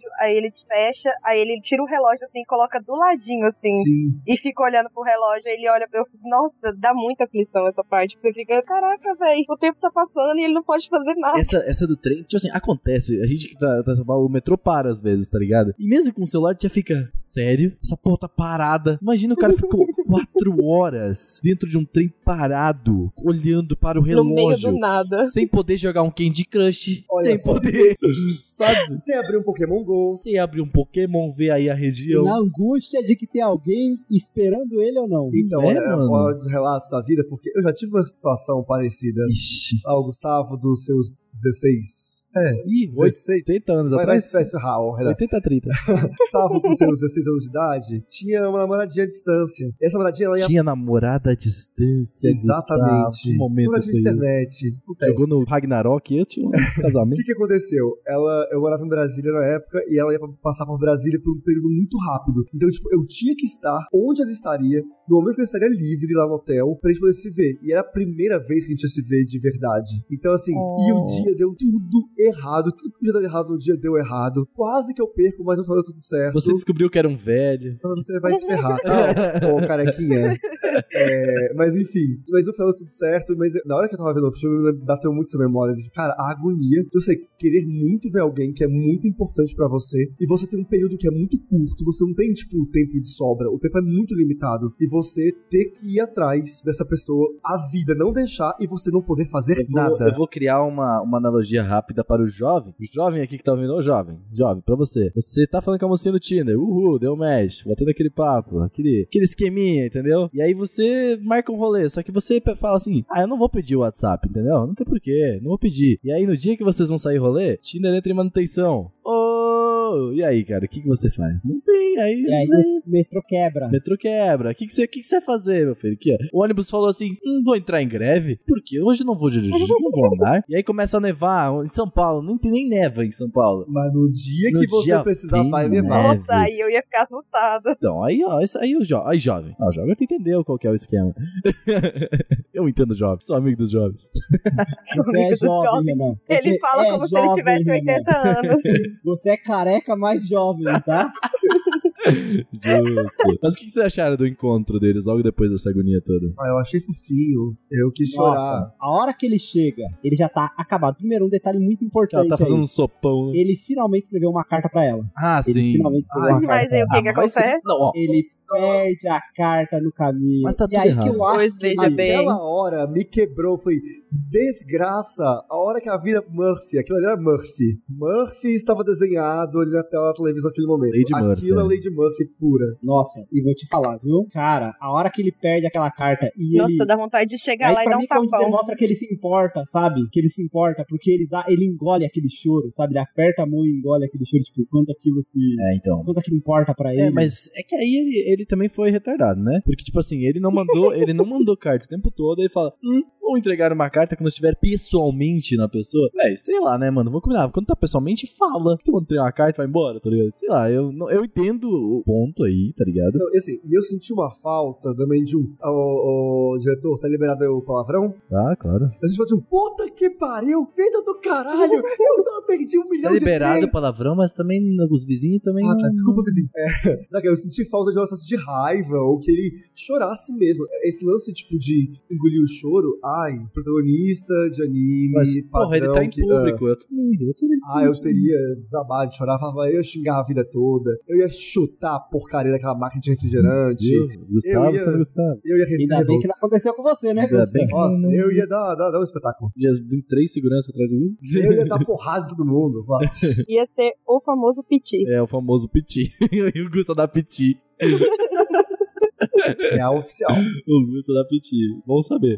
ele fecha, aí ele tira o relógio assim e coloca do ladinho, assim. Sim. E fica olhando pro relógio, aí ele olha pra eu fico, nossa, dá muita aflição essa parte, que você fica, caraca, velho, o tempo tá passando e ele não pode fazer nada. Essa, essa do trem, tipo assim, acontece. A gente que tá, tá o metrô para às vezes, tá ligado? E mesmo com o celular, tu já fica, sério? Essa porra tá parada. Imagina o cara ficou quatro horas dentro de um trem parado, olhando para o relógio. No meio do nada. Sem poder jogar um Candy Crush. Olha sem só. poder, sabe? Você abrir um Pokémon GO. Sem abrir um Pokémon, ver aí a região. Na angústia de que tem alguém esperando ele ou não. Então, É, é, mano. fora dos relatos da vida, porque eu já tive uma situação parecida. Ixi. Ah, o Gustavo, dos seus dezesseis. É, Ih, dezesseis. oitenta anos Vai, vai, atrás. vai se ferrar, ó, Renato. oitenta, trinta. Gustavo, com seus dezesseis anos de idade, tinha uma namoradinha à distância. E essa namoradinha, ela ia. Tinha namorada à distância. Exatamente. Gustavo. Que momento namoradinha foi de esse? internet. Acontece. Jogou no Ragnarok e eu tinha um O casamento. que que aconteceu? Ela, eu morava em Brasília na época e ela ia passar por Brasília por um período muito rápido. Então, tipo, eu tinha que estar onde ela estaria, no momento que ela estaria livre lá no hotel, pra gente poder se ver. E era a primeira vez que a gente ia se ver de verdade. Então, assim, Oh. e o dia deu tudo errado. Tudo que podia dar errado no dia deu errado. Quase que eu perco, mas eu falei tudo certo. Você descobriu que era um velho. Então você vai se ferrar. Ah, ô, carequinha. É, mas enfim, mas eu falei tudo certo, mas na hora que eu tava vendo o filme, me bateu muito essa memória de, cara, a agonia de você querer muito ver alguém que é muito importante pra você, e você tem um período que é muito curto, você não tem, tipo, tempo de sobra, o tempo é muito limitado, e você ter que ir atrás dessa pessoa, a vida não deixar, e você não poder fazer Eu vou, nada. eu vou criar uma, uma analogia rápida para o jovem. O jovem aqui que tá ouvindo, ô jovem, jovem, pra você. Você tá falando com a mocinha do Tinder, uhul, deu match, batendo aquele papo, aquele, aquele esqueminha, entendeu? E aí você marca um rolê, só que você pe- fala assim, ah, eu não vou pedir o WhatsApp, entendeu? Não tem porquê, não vou pedir. E aí no dia que vocês vão sair rolê, Tinder entra em manutenção. Ô, e aí, cara, o que, que você faz? Não tem, aí... E aí aí o metrô quebra. metrô quebra. O que, que, você, que, que você vai fazer, meu filho? Aqui, ó. O ônibus falou assim: não vou entrar em greve, porque hoje eu não vou dirigir, não vou andar. E aí começa a nevar em São Paulo. Nem, tem nem neva em São Paulo. Mas no dia No que você dia precisar, tem vai levar. neve. Nossa, aí eu ia ficar assustada. Então, aí, ó, isso aí o jo aí, jovem. Ó, o jovem tu entendeu qual que é o esquema. Eu entendo jovem, sou amigo dos jovens. Sou Você é amigo dos jovem, jovens. Renan. Ele Você fala é como se ele jovem, tivesse Renan. oitenta anos. Você é careca mais jovem, tá? Justo. Mas o que, que vocês acharam do encontro deles logo depois dessa agonia toda? Ah, eu achei fofinho. Eu quis chorar. Nossa, a hora que ele chega, ele já tá acabado. Primeiro, um detalhe muito importante. Ela tá fazendo aí. um sopão. né? Ele finalmente escreveu uma carta pra ela. Ah, Ele sim. finalmente escreveu Ai, uma carta. Mas aí o que Ah, que mas vai ser- acontece? Não, ó. Ele perde a carta no caminho. Mas tá e tudo aí errado. que eu acho Pois que veja ele- bem. Aquela hora me quebrou, foi desgraça. A hora que a vida Murphy, aquilo ali era Murphy. Murphy estava desenhado ali na tela da televisão naquele momento. Lady aquilo Murphy, é é. Lady Murphy pura. Nossa, e vou te falar, viu? Cara, a hora que ele perde aquela carta e Nossa, ele... dá vontade de chegar Aí, lá e pra dar mim, um que é onde tapão. demonstra que ele se importa, sabe? Que ele se importa, porque ele dá, ele engole aquele choro, sabe? Ele aperta a mão e engole aquele choro, tipo, quanto aquilo se... É, então. Quanto aquilo importa pra ele. É, mas é que aí ele, ele também foi retardado, né? Porque, tipo assim, ele não mandou, ele não mandou carta o tempo todo, ele fala, hum, vou entregar uma carta quando eu estiver pessoalmente na pessoa. Véi, sei lá, né, mano? Vamos combinar. Quando tá pessoalmente, fala. Que eu vou entregar uma carta e vai embora, tá ligado? Sei lá, eu, não- eu entendo o ponto aí, tá ligado? Então, assim, e eu senti uma falta também de um. O, o diretor, tá liberado aí o palavrão? Tá, claro. A gente falou de um. Puta que pariu! Vida do caralho! Eu não perdi um milhão Tá de liberado trem. o palavrão, mas também os vizinhos também. Ah, tá, não- desculpa, vizinho. É, sabe, eu senti falta de um acesso de raiva, ou que ele chorasse mesmo. Esse lance, tipo, de engolir o choro, ai, protagonista de anime, Mas, padrão porra, ele tá em que, público. Eu também, eu também. ah, eu teria desabado de chorar, falava, eu ia xingar a vida toda, eu ia chutar a porcaria daquela máquina de refrigerante, Viu? Gustavo, Eu ia- você não gostava. eu ia Ainda bem que não aconteceu com você, né, Ainda Gustavo? bem que- Nossa, eu ia Isso. dar, dar, dar um espetáculo. Ia vir três seguranças atrás de mim. Eu ia dar porrada em todo mundo. Fala, Ia ser o famoso piti. É, o famoso piti. o Gusta da piti. é a oficial. O Gusta da piti. Bom saber.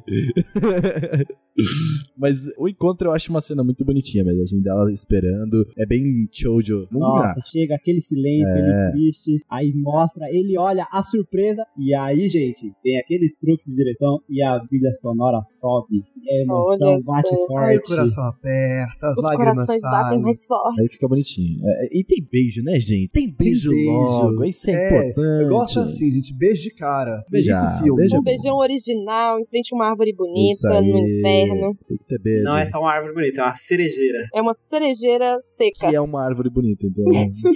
Mas o encontro eu acho uma cena muito bonitinha mesmo, assim, dela esperando. É bem shoujo. Nossa, chega aquele silêncio, É. ele triste, aí mostra, ele olha a surpresa, e aí, gente, tem aquele truque de direção e a trilha sonora sobe, e a emoção Olha bate só. Aí forte. o coração aperta, as Os lágrimas corações batem saem. mais forte. Aí fica bonitinho. É, e tem beijo, né, gente? Tem beijo, beijo. logo. Isso é, É, importante. Eu gosto assim, gente, beijo de cara. Beijar, Beijo do filme. beijo- Um beijão original, em frente a uma árvore bonita, Isso aí. no inverno. inverno. Tem que ter beijo. Não é só uma árvore bonita, é uma cerejeira. É uma cerejeira seca. Que é uma árvore bonita, então.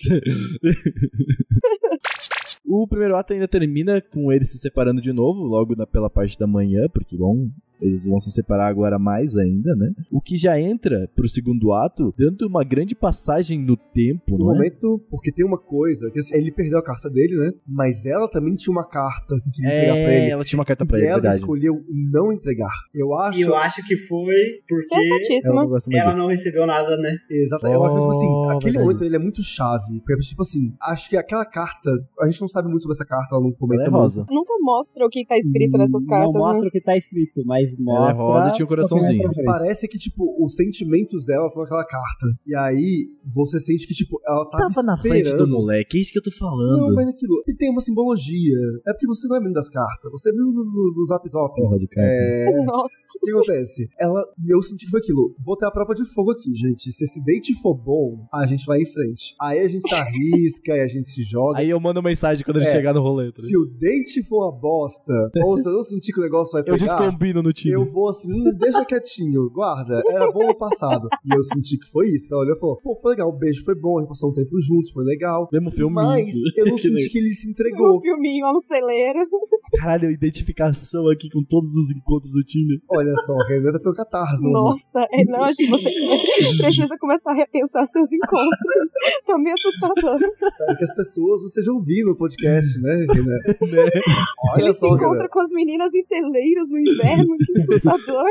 O primeiro ato ainda termina com eles se separando de novo, logo na, pela parte da manhã, porque, bom, eles vão se separar agora mais ainda, né? O que já entra pro segundo ato, dando uma grande passagem no tempo, No não é? momento, porque tem uma coisa, que assim, ele perdeu a carta dele, né? Mas ela também tinha uma carta que queria entregar pra É, ele. ela tinha uma carta pra E ele, ela verdade. escolheu não entregar. Eu acho... E eu acho que foi porque Ela Sensatíssima. não gosta mais ela dele. não recebeu nada, né? Exato, eu acho que, tipo assim, Oh, aquele verdade. momento ele é muito chave. Porque, tipo assim, acho que aquela carta, a gente não sabe muito sobre essa carta, ela não comenta Ela é muito. rosa. Nunca mostra o que tá escrito nessas cartas, Não mostra né? o que tá escrito, mas mostra... é rosa e tinha um coraçãozinho. pouquinho mais pra frente. Parece que, tipo, os sentimentos dela estão naquela carta. E aí, você sente que, tipo, ela tava, Tava na frente do esperando. moleque, é isso que eu tô falando. Não, mas aquilo, e tem uma simbologia. É porque você não é mesmo das cartas, você é mesmo do, do, do Zap Zop. Porra de cara. É... Nossa. O que acontece? Ela, eu senti que foi aquilo. Vou ter a prova de fogo aqui, gente. Se esse date for bom, a gente vai em frente. Aí a gente se arrisca e a gente se joga. Aí eu mando mensagem quando ele É, chegar no rolê. tá Se ligado? o date for uma bosta, ou se eu não sentir que o negócio vai Eu pegar, descombino no time. eu vou assim, hum, deixa quietinho, guarda. Era bom no passado. E eu senti que foi isso. Ela olhou e falou, pô, foi legal, o beijo foi bom, a gente passou um tempo juntos, foi legal. Mesmo filme. Mas eu não senti que ele se entregou. Um filminho lá no celeiro. Caralho, identificação aqui com todos os encontros do time. Olha só, o Renan tá pelo catarse, não. Nossa, é, não, acho que você precisa começar a repensar seus encontros. Tá meio assustador. Espero que as pessoas estejam ouvindo o podcast, né, Renan? Olha Ele se só, encontra Renan. com as meninas em celeiros no inverno, que assustador.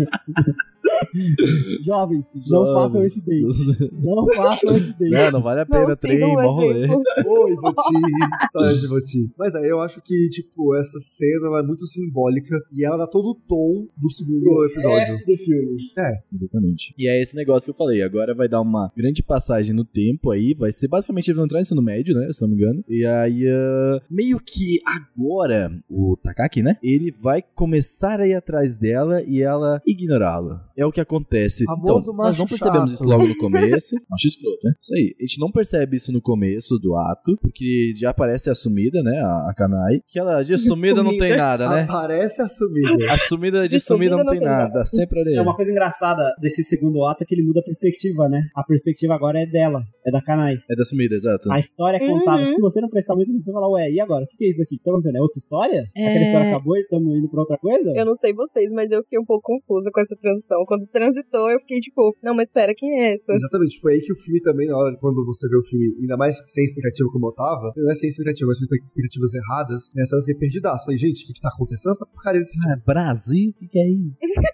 Jovens, não façam esse date. Não façam esse date. Não, não vale a pena, Não trem, sigam o mó rolê. exemplo. Oi, Voti, história de Voti. Mas aí eu acho que, tipo, essa cena ela é muito simbólica e ela dá todo o tom do segundo episódio. Resto do filme. Exatamente. E é esse negócio que eu falei. Agora vai dar uma grande passagem no tempo aí. Vai ser basicamente eles vão entrar no ensino médio, né? Se não me engano. E aí, uh, meio que agora, o Takaki, né? Ele vai começar a ir atrás dela e ela ignorá-la. É o que acontece. Famoso Então, nós não macho percebemos chato. isso logo no começo. Macho escroto, né? Isso aí. A gente não percebe isso no começo do ato, porque já aparece assumida, né? A, a Kanai. Que ela de assumida não tem Assumida. nada, né? Aparece assumida. Assumida de De assumida não sumida tem não tem nada. nada. Sempre ali. É uma coisa engraçada desse segundo ato é que ele muda a perspectiva, né? A perspectiva agora é dela, é da Kanai. É da assumida, exato. A história é contada. Uhum. Se você não prestar muito atenção, você fala, ué, e agora? O que é isso aqui? O que tá acontecendo? É outra história? É. Aquela história acabou e estamos indo pra outra coisa? Eu não sei vocês, mas eu fiquei um pouco confusa com essa transição. Quando transitou, eu fiquei tipo, não, mas pera, quem é essa? Exatamente, foi aí que o filme também, na hora, quando você vê o filme, ainda mais sem expectativa como eu tava, não é sem expectativa, mas com expectativas erradas, nessa hora eu fiquei perdidaço. Falei, gente, o que que tá acontecendo? Essa porcaria desse filme. Ah, Brasil? O que, que é isso?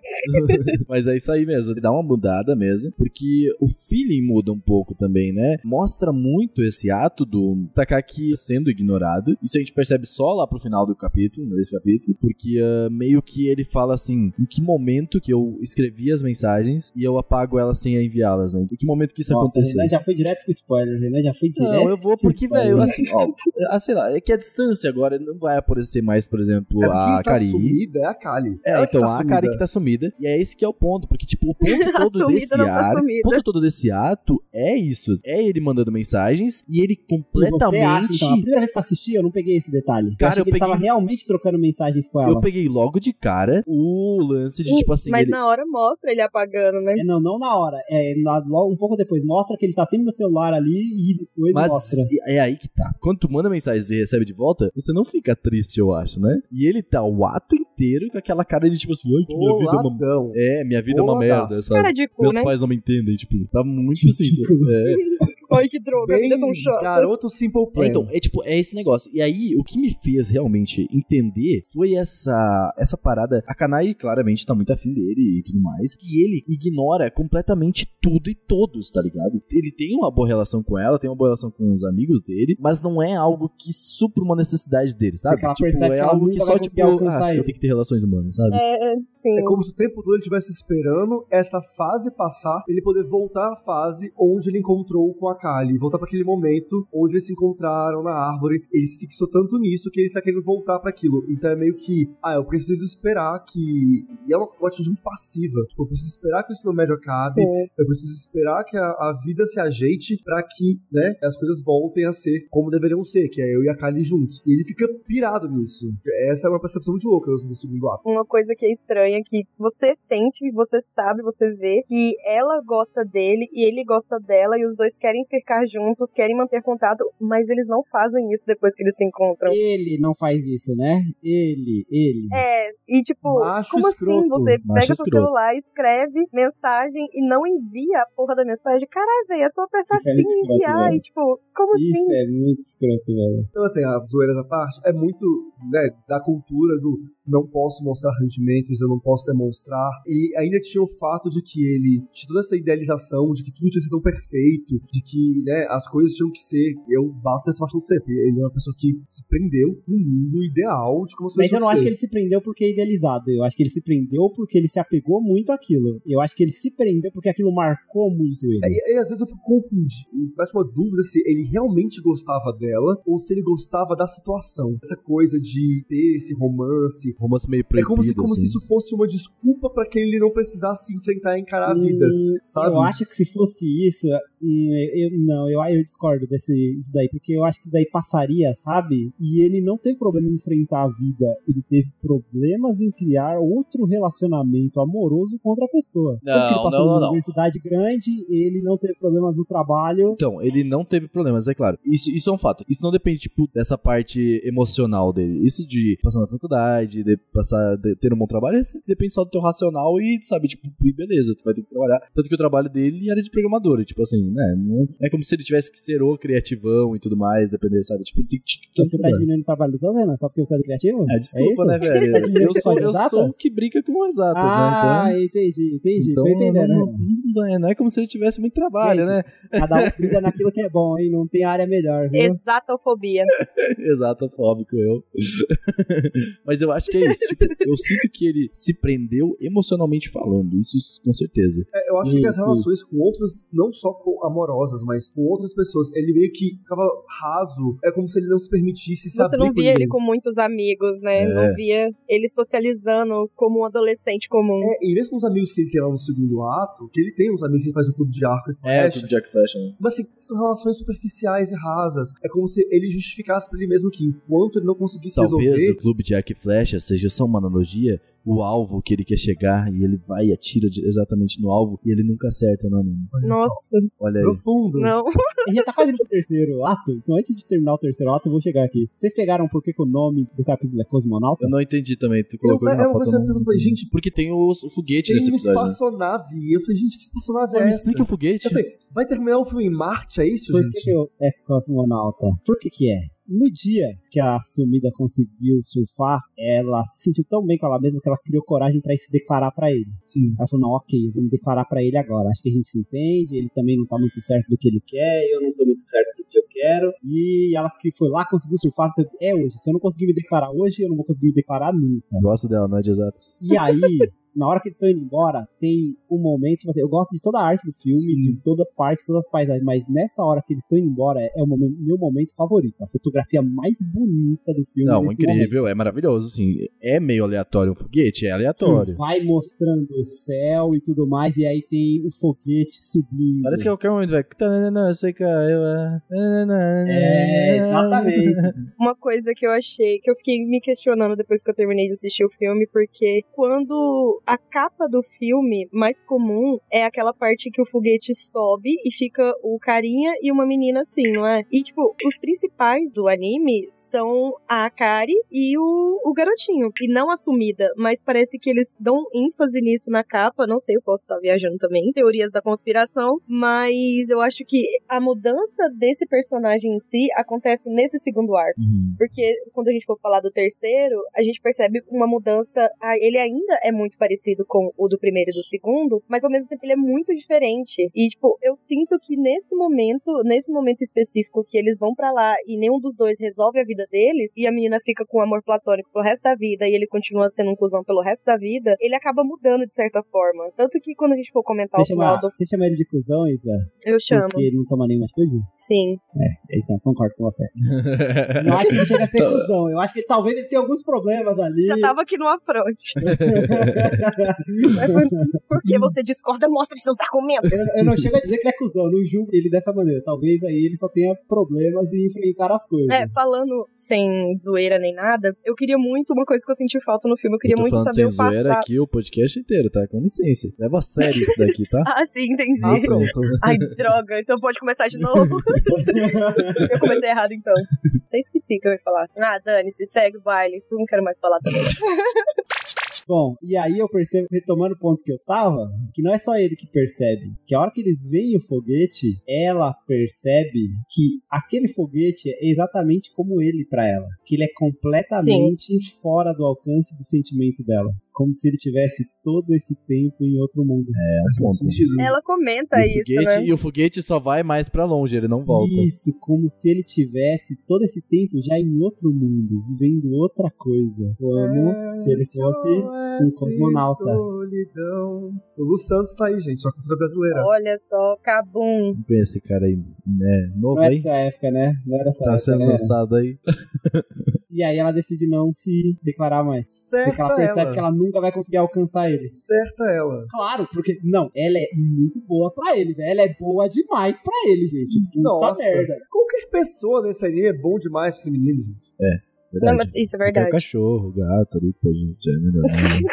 Mas é isso aí mesmo, ele dá uma mudada mesmo, porque o feeling muda um pouco também, né? Mostra muito esse ato do Takaki sendo ignorado. Isso a gente percebe só lá pro final do capítulo, nesse capítulo, porque uh, meio que ele fala assim, em que momento que eu escrevi as mensagens e eu apago elas sem enviá-las, né? Em que momento que isso Nossa, aconteceu? o Renan já foi direto pro spoiler, o Renan já foi direto. Não, eu vou pro porque, spoiler. velho, assim, ó, ah, sei lá, é que a distância agora não vai aparecer mais, por exemplo, É porque a quem está Kari. sumida é a Kali. É, Ela que então, tá a sumida. Kari que tá sumida. E é esse que é o ponto. Porque, tipo, o ponto A todo sumida desse não tá ar, sumida. o ponto todo desse ato é isso. É ele mandando mensagens e ele E você completamente... acha, então, a primeira vez que eu assisti, eu não peguei esse detalhe. Cara, eu achei eu que ele tava peguei- realmente trocando mensagens com ela. Eu peguei logo de cara o lance de, tipo assim... Mas ele... na hora mostra ele apagando, né? É, não, não na hora. É na- logo, um pouco depois. Mostra que ele tá sempre no celular ali e depois Mas mostra. é aí que tá. Quando tu manda mensagem e recebe de volta, você não fica triste, eu acho, né? E ele tá o ato inteiro com aquela cara de, tipo assim... Ai, que minha vida é uma... Boladão. É, minha vida é uma Boladaço. merda, sabe? Cara de cu, Meus né? pais não me entendem, tipo... Tá muito assim, Ridículo. é. Ai, que droga, a vida é tão Bem chata. garoto Simple Plan. É, então, é tipo, é esse negócio. E aí, o que me fez realmente entender foi essa essa parada. A Kanai claramente tá muito afim dele e tudo mais. E ele ignora completamente tudo e todos, tá ligado? Ele tem uma boa relação com ela, tem uma boa relação com os amigos dele, mas não é algo que supra uma necessidade dele, sabe? Porque ela Tipo, percebe é que ela algo nunca que vai só, tipo, conseguir alcançar ah, ele. eu tenho que ter relações humanas, sabe? É, é, sim. É como se o tempo todo ele estivesse esperando essa fase passar, pra ele poder voltar à fase onde ele encontrou com a Akali, voltar pra aquele momento onde eles se encontraram na árvore, ele se fixou tanto nisso que ele tá querendo voltar pra aquilo. Então é meio que, ah, eu preciso esperar que... E é uma atitude muito passiva. Tipo, eu preciso esperar que o ensino médio acabe, Sim. eu preciso esperar que a, a vida se ajeite pra que, né, as coisas voltem a ser como deveriam ser, que é eu e a Akali juntos. E ele fica pirado nisso. Essa é uma percepção muito louca do segundo ato. Uma coisa que é estranha, que você sente, você sabe, você vê que ela gosta dele e ele gosta dela e os dois querem ficar juntos, querem manter contato, mas eles não fazem isso depois que eles se encontram. Ele não faz isso, né? Ele, ele. É, e tipo, Macho como escroto. assim você Macho pega seu escroto. celular, escreve mensagem e não envia a porra da mensagem? Caralho, velho, é só apertar Isso é sim muito e escroto, enviar. velho. E tipo, como Isso assim? é muito escroto, velho. Então, assim, a zoeira da parte é muito, né, da cultura do não posso mostrar sentimentos, eu não posso demonstrar. E ainda tinha o fato de que ele tinha toda essa idealização de que tudo tinha que ser tão perfeito, de que, né, as coisas tinham que ser. Eu bato essa parte sempre. Ele é uma pessoa que se prendeu no mundo ideal de como as Mas coisas eu não tinham acho que ser. ele se prendeu porque é idealizado. Eu acho que ele se prendeu porque ele se apegou muito àquilo. Eu acho que ele se prendeu porque aquilo marcou muito ele. É, E, e às vezes eu fico confundido. Bate uma dúvida se ele realmente gostava dela ou se ele gostava da situação. Essa coisa de ter esse romance. Romance meio É proibido, como se, como assim. se isso fosse uma desculpa pra que ele não precisasse enfrentar e encarar a vida, Hum, sabe? Eu acho que se fosse isso, hum, eu, não, eu, eu discordo desse isso daí, porque eu acho que daí passaria, sabe? E ele não teve problema em enfrentar a vida, ele teve problemas em criar outro relacionamento amoroso com outra pessoa. Tanto que ele Não, passou não, numa não. universidade grande, ele não teve problemas no trabalho. Então, ele não teve problemas, é claro. Isso, isso é um fato. Isso não depende, tipo, dessa parte emocional dele. Isso de passar na faculdade, de passar, de ter um bom trabalho, isso depende só do teu racional e, sabe, tipo, e beleza, tu vai ter que trabalhar. Tanto que o trabalho dele era de programador, e, tipo assim, né, não é como se ele tivesse que ser o criativão e tudo mais, depender, sabe, tipo, tem que... Você tá diminuindo o trabalho dos outros, né? Só porque você é do criativo? É, desculpa, é né, isso? velho? Tá diminuindo Eu sou, só de eu exatas? sou o que brinca com exatas, Ah, né, então... entendi, entendi. Então, Tô entendendo, não, né? não, é, não é como se ele tivesse muito trabalho, Entendi. né? Cada um brilha naquilo que é bom, hein? Não tem área melhor, viu? Exatofobia. Exatofóbico eu. Mas eu acho que é isso. Tipo, eu sinto que ele se prendeu emocionalmente falando. Isso, isso com certeza. É, eu acho Sim, que as sim. relações com outros, não só com amorosas, mas com outras pessoas, ele meio que ficava raso. É como se ele não se permitisse se Você abrir não com via ele ninguém. com muitos amigos, né? É. Não via ele socializando como um adolescente comum. É, e mesmo com os amigos que ele tem lá no segundo ato, que ele tem uns amigos que ele faz no clube de arco e flecha, Jack Flash, né? mas assim, são relações superficiais e rasas. É como se ele justificasse pra ele mesmo que enquanto ele não conseguisse Talvez resolver... o clube Jack e Flecha seja só uma analogia, o alvo que ele quer chegar e ele vai e atira de- exatamente no alvo e ele nunca acerta no anime. Nossa, Olha aí. Profundo. não. A gente já tá fazendo o terceiro ato, então antes de terminar o terceiro ato, eu vou chegar aqui. Vocês pegaram por que, que o nome do capítulo é Cosmonauta? Eu não entendi também. Tu colocou Eu- ele na é uma foto. coisa eu que eu não falei, entendi. gente, Porque tem o, o foguete Tem nesse uma episódio. Né? espaçonave. E eu falei, gente, que espaçonave Pô, é me essa? explica o foguete. Eu falei, vai terminar o filme em Marte, é isso, Por gente? que, que eu é cosmonauta? Por que que é? No dia que a Sumida conseguiu surfar, ela se sentiu tão bem com ela mesma que ela criou coragem pra ir se declarar pra ele. Sim. Ela falou, não, ok, eu vou me declarar pra ele agora. Acho que a gente se entende, ele também não tá muito certo do que ele quer, eu não tô muito certo do que eu quero. E ela que foi lá, conseguiu surfar, é hoje. Se eu não conseguir me declarar hoje, eu não vou conseguir me declarar nunca. Gosto dela, não é de exatas. E aí, na hora que eles estão indo embora, tem um momento, tipo assim, eu gosto de toda a arte do filme, Sim. de toda parte, todas as paisagens, mas nessa hora que eles estão indo embora, é o momento- meu momento favorito. A fotografia mais bonita do filme. Não, nesse incrível, é maravilhoso, assim. É meio aleatório um foguete? É momento. aleatório. Que vai mostrando o céu e tudo mais, e aí tem o foguete subindo. Parece que a qualquer momento vai. Tanana, sei que eu, ah, tanana. É, exatamente. Uma coisa que eu achei, que eu fiquei me questionando depois que eu terminei de assistir o filme, porque quando a capa do filme mais comum é aquela parte que o foguete sobe e fica o carinha e uma menina assim, não é? E, tipo, os principais do anime são a Akari e o, o garotinho, e não a Sumida, mas parece que eles dão ênfase nisso na capa, não sei, eu posso estar viajando também, teorias da conspiração, mas eu acho que a mudança desse personagem em si acontece acontece nesse segundo arco. Uhum. Porque quando a gente for falar do terceiro, a gente percebe uma mudança. Ele ainda é muito parecido com o do primeiro e do segundo, mas ao mesmo tempo ele é muito diferente. E, tipo, eu sinto que nesse momento, nesse momento específico que eles vão pra lá e nenhum dos dois resolve a vida deles, e a menina fica com amor platônico pro resto da vida e ele continua sendo um cuzão pelo resto da vida, ele acaba mudando de certa forma. Tanto que quando a gente for comentar Você o final chama, do... você chama ele de cuzão, Isa? Eu chamo. Porque ele não toma nenhuma atitude? Sim. É, então, concordo com você. Não acho que ele chega a ser cuzão. Eu acho que talvez ele tenha alguns problemas ali. Já tava aqui no afronte. Mas por, por que você discorda? Mostre seus argumentos. Eu, eu não chego a dizer que ele é cuzão, não julgo ele dessa maneira. Talvez aí ele só tenha problemas em enfrentar as coisas. É, falando sem zoeira nem nada, eu queria muito, uma coisa que eu senti falta no filme, eu queria Eu tô muito falando saber sem o passado. zoeira aqui o podcast inteiro, tá? Com licença. Leva a sério isso daqui, tá? Ah, sim, entendi. Ah, pronto. Ai, droga, então pode começar de novo. Eu comecei errado, então. Até esqueci o que eu ia falar. Ah, dane-se, segue o baile. Eu não quero mais falar também. Bom, e aí eu percebo, retomando o ponto que eu tava, que não é só ele que percebe, que a hora que eles veem o foguete, ela percebe que aquele foguete é exatamente como ele pra ela. Que ele é completamente Sim. fora do alcance do sentimento dela. Como se ele tivesse todo esse tempo em outro mundo. É, um ponto. Sentido. Ela comenta E o isso, foguete, né? E o foguete só vai mais pra longe, ele não volta. Isso, como se ele tivesse todo esse tempo já em outro mundo, vivendo outra coisa. Como É, se ele fosse um cosmonauta. Solidão. O Lu Santos tá aí, gente, a cultura brasileira. Olha só, Cabum. Vê esse cara aí, né? Novo Não é aí. dessa época, né? Não era dessa Tá época, sendo né? lançado aí. E aí ela decide não se declarar mais. Certa Porque ela percebe ela. que ela nunca vai conseguir alcançar ele. Certa ela. Claro, porque, não, ela é muito boa pra ele, velho. Ela é boa demais pra ele, gente. Puta Nossa. merda. Qualquer pessoa nesse anime é bom demais pra esse menino, gente. Verdade. Não, mas isso é Até verdade. o cachorro, o gato ali, pra gente, é melhor.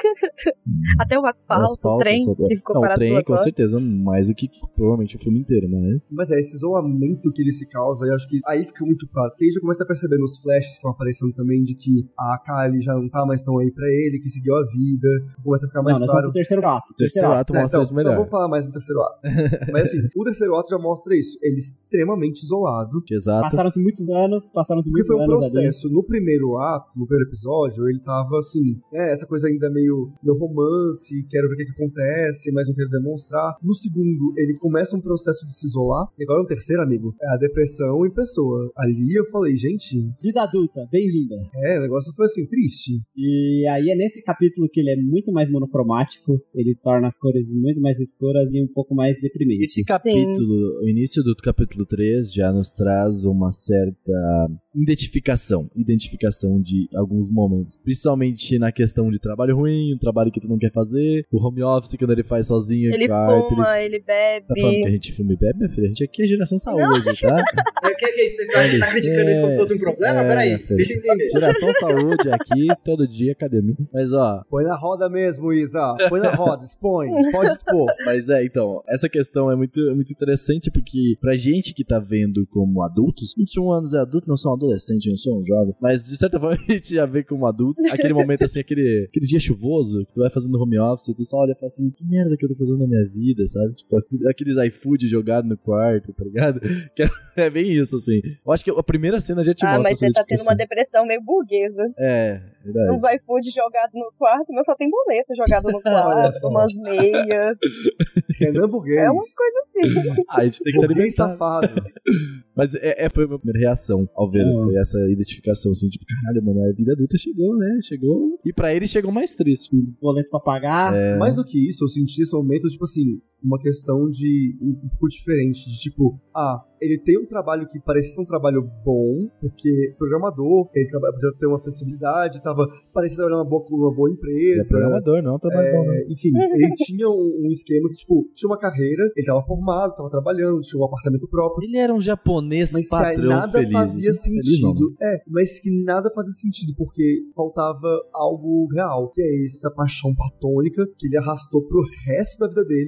Até o asfalto, o, trem, só- que ficou Não, o parado trem, duas com horas. certeza, mais do que provavelmente o filme inteiro, mas... Mas é, esse isolamento que ele se causa, eu acho que aí fica muito claro. Porque aí já começa a perceber nos flashes que estão aparecendo também de que a Kylie já não tá mais tão aí pra ele, que seguiu a vida. Começa a ficar mais não, nós claro. vamos pro terceiro ato. O terceiro ato É, mostra então, isso melhor. Não vamos falar mais no terceiro ato. Mas assim, o terceiro ato já mostra isso. Ele é extremamente isolado. Exato. Passaram-se muitos anos, passaram-se Porque muitos foi um anos ali. processo. No primeiro ato, no primeiro episódio, ele tava assim, é, essa coisa ainda meio, meio romance, quero ver o que, que acontece, mas não quero demonstrar. No segundo, ele começa um processo de se isolar. E agora no terceiro, amigo, é a depressão em pessoa. Ali eu falei, gente, Vida adulta, bem-vinda. é, o negócio foi assim, triste. E aí é nesse capítulo que ele é muito mais monocromático, ele torna as cores muito mais escuras e um pouco mais deprimentes. Esse capítulo, o início do capítulo três já nos traz uma certa identificação, identificação de alguns momentos, principalmente na questão de trabalho ruim, um trabalho que tu não quer fazer, o home office quando ele faz sozinho, Ele quarto, fuma, ele bebe. Tá falando que a gente fuma e bebe, minha filha? A gente aqui é geração saúde, tá? O que é isso? Você tá, tá criticando isso como se fosse um problema? É, Peraí, filho. deixa eu entender. Geração saúde aqui, todo dia, academia. Mas ó, Põe na roda mesmo, Isa. Põe na roda, expõe, pode expor. mas é, então, essa questão é muito, muito interessante porque pra gente que tá vendo como adultos, vinte e um anos é adulto, não sou um adolescente, não sou um jovem, mas de certa forma a gente já vê como adultos, aquele momento assim, aquele, aquele dia chuvoso que tu vai fazendo home office, tu só olha e fala assim, que merda que eu tô fazendo na minha vida, sabe? Tipo, aqueles iFood jogados no quarto, tá ligado? Que é bem isso, assim. Eu acho que a primeira cena já te Ah, mostra mas essa você tá tendo uma identificação. depressão meio burguesa. É, verdade. Uns iFood jogado no quarto, mas só tem boleto jogado no quarto, só. umas meias. Renan Burguês. É uma coisa assim. Ah, a gente tem que se Burguês alimentar. safado. Mas é, é, foi a minha primeira reação ao ver, Uhum. foi essa identificação, assim, tipo, caralho, mano, a vida adulta chegou, né? Chegou. E pra ele chegou mais triste. Os boletos pra pagar. É. Mais do que isso, eu senti nesse momento, tipo assim, uma questão de um pouco diferente, de tipo, ah, ele tem um trabalho que parece ser um trabalho bom, porque programador, ele traba- podia ter uma flexibilidade, tava, parecia trabalhar numa boa, uma boa Ele é empresa. programador, não é um trabalho bom, não. É, enfim, ele tinha um, um esquema que, tipo, tinha uma carreira, ele tava formado, tava trabalhando, tinha um apartamento próprio, Ele era um japonês mas que aí padrão nada feliz. fazia Isso não é feliz, não, sentido. É, mas que nada fazia sentido, porque faltava algo real, que é essa paixão platônica que ele arrastou pro resto da vida dele e que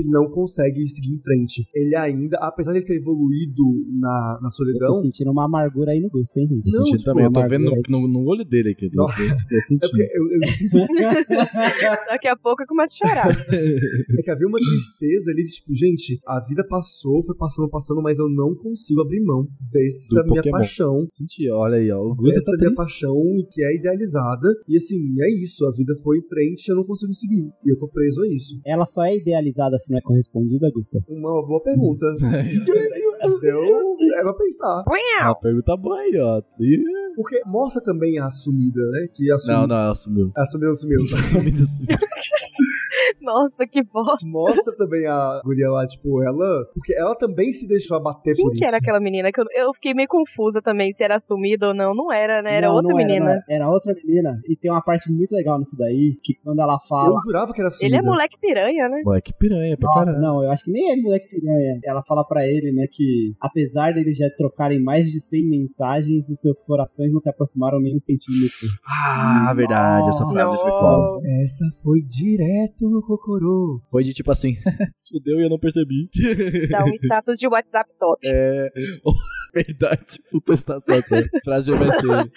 não consegue seguir em frente. Ele ainda, apesar de ele ter evoluído na, na Eu solidão... tô sentindo uma amargura aí no gosto, hein, gente? Tô Não, sentindo tipo, também, eu tô uma vendo amargura no, no, no olho dele aqui. Não. Eu tô, tô É sentindo. porque eu, eu sinto Daqui a pouco eu começo a chorar. é que havia uma tristeza ali de tipo, gente, a vida passou, foi passando, passando, mas eu não consigo abrir mão dessa Do minha Pokémon. paixão. Senti, olha aí, ó. O Gusta Essa tá minha triste. paixão que é idealizada. E assim, é isso. A vida foi em frente e eu não consigo seguir. E eu tô preso a isso. Ela só é idealizada se não é correspondida, Gusta? Uma boa pergunta. Deu. É pra pensar. Uma pergunta boa aí, ó. Ih, Porque mostra também a assumida, né? Que assumi... Não, não, ela sumiu. Assumiu, assumiu. Sumiu, sumiu. Nossa, que bosta. Mostra também a guria lá, tipo, ela... Porque ela também se deixou abater Quem por que isso. era aquela menina? Que eu, eu fiquei meio confusa também, se era assumida ou não. Não era, né? Era Não, outra não era, menina. não era. Era outra menina. E tem uma parte muito legal nisso daí, que quando ela fala... Eu jurava que era assumida. Ele é moleque piranha, né? Ué, que piranha, pra Nossa, caralho. não, eu acho que nem é moleque piranha. Ela fala pra ele, né, que apesar deles já trocarem mais de cem mensagens, os seus corações não se aproximaram nem um centímetro. Ah, verdade, essa frase foi foda. Essa foi direto no cocorô. Foi de tipo assim, fudeu e eu não percebi. Dá um status de WhatsApp top. É. Verdade, puta estação, essa frase de vai ser.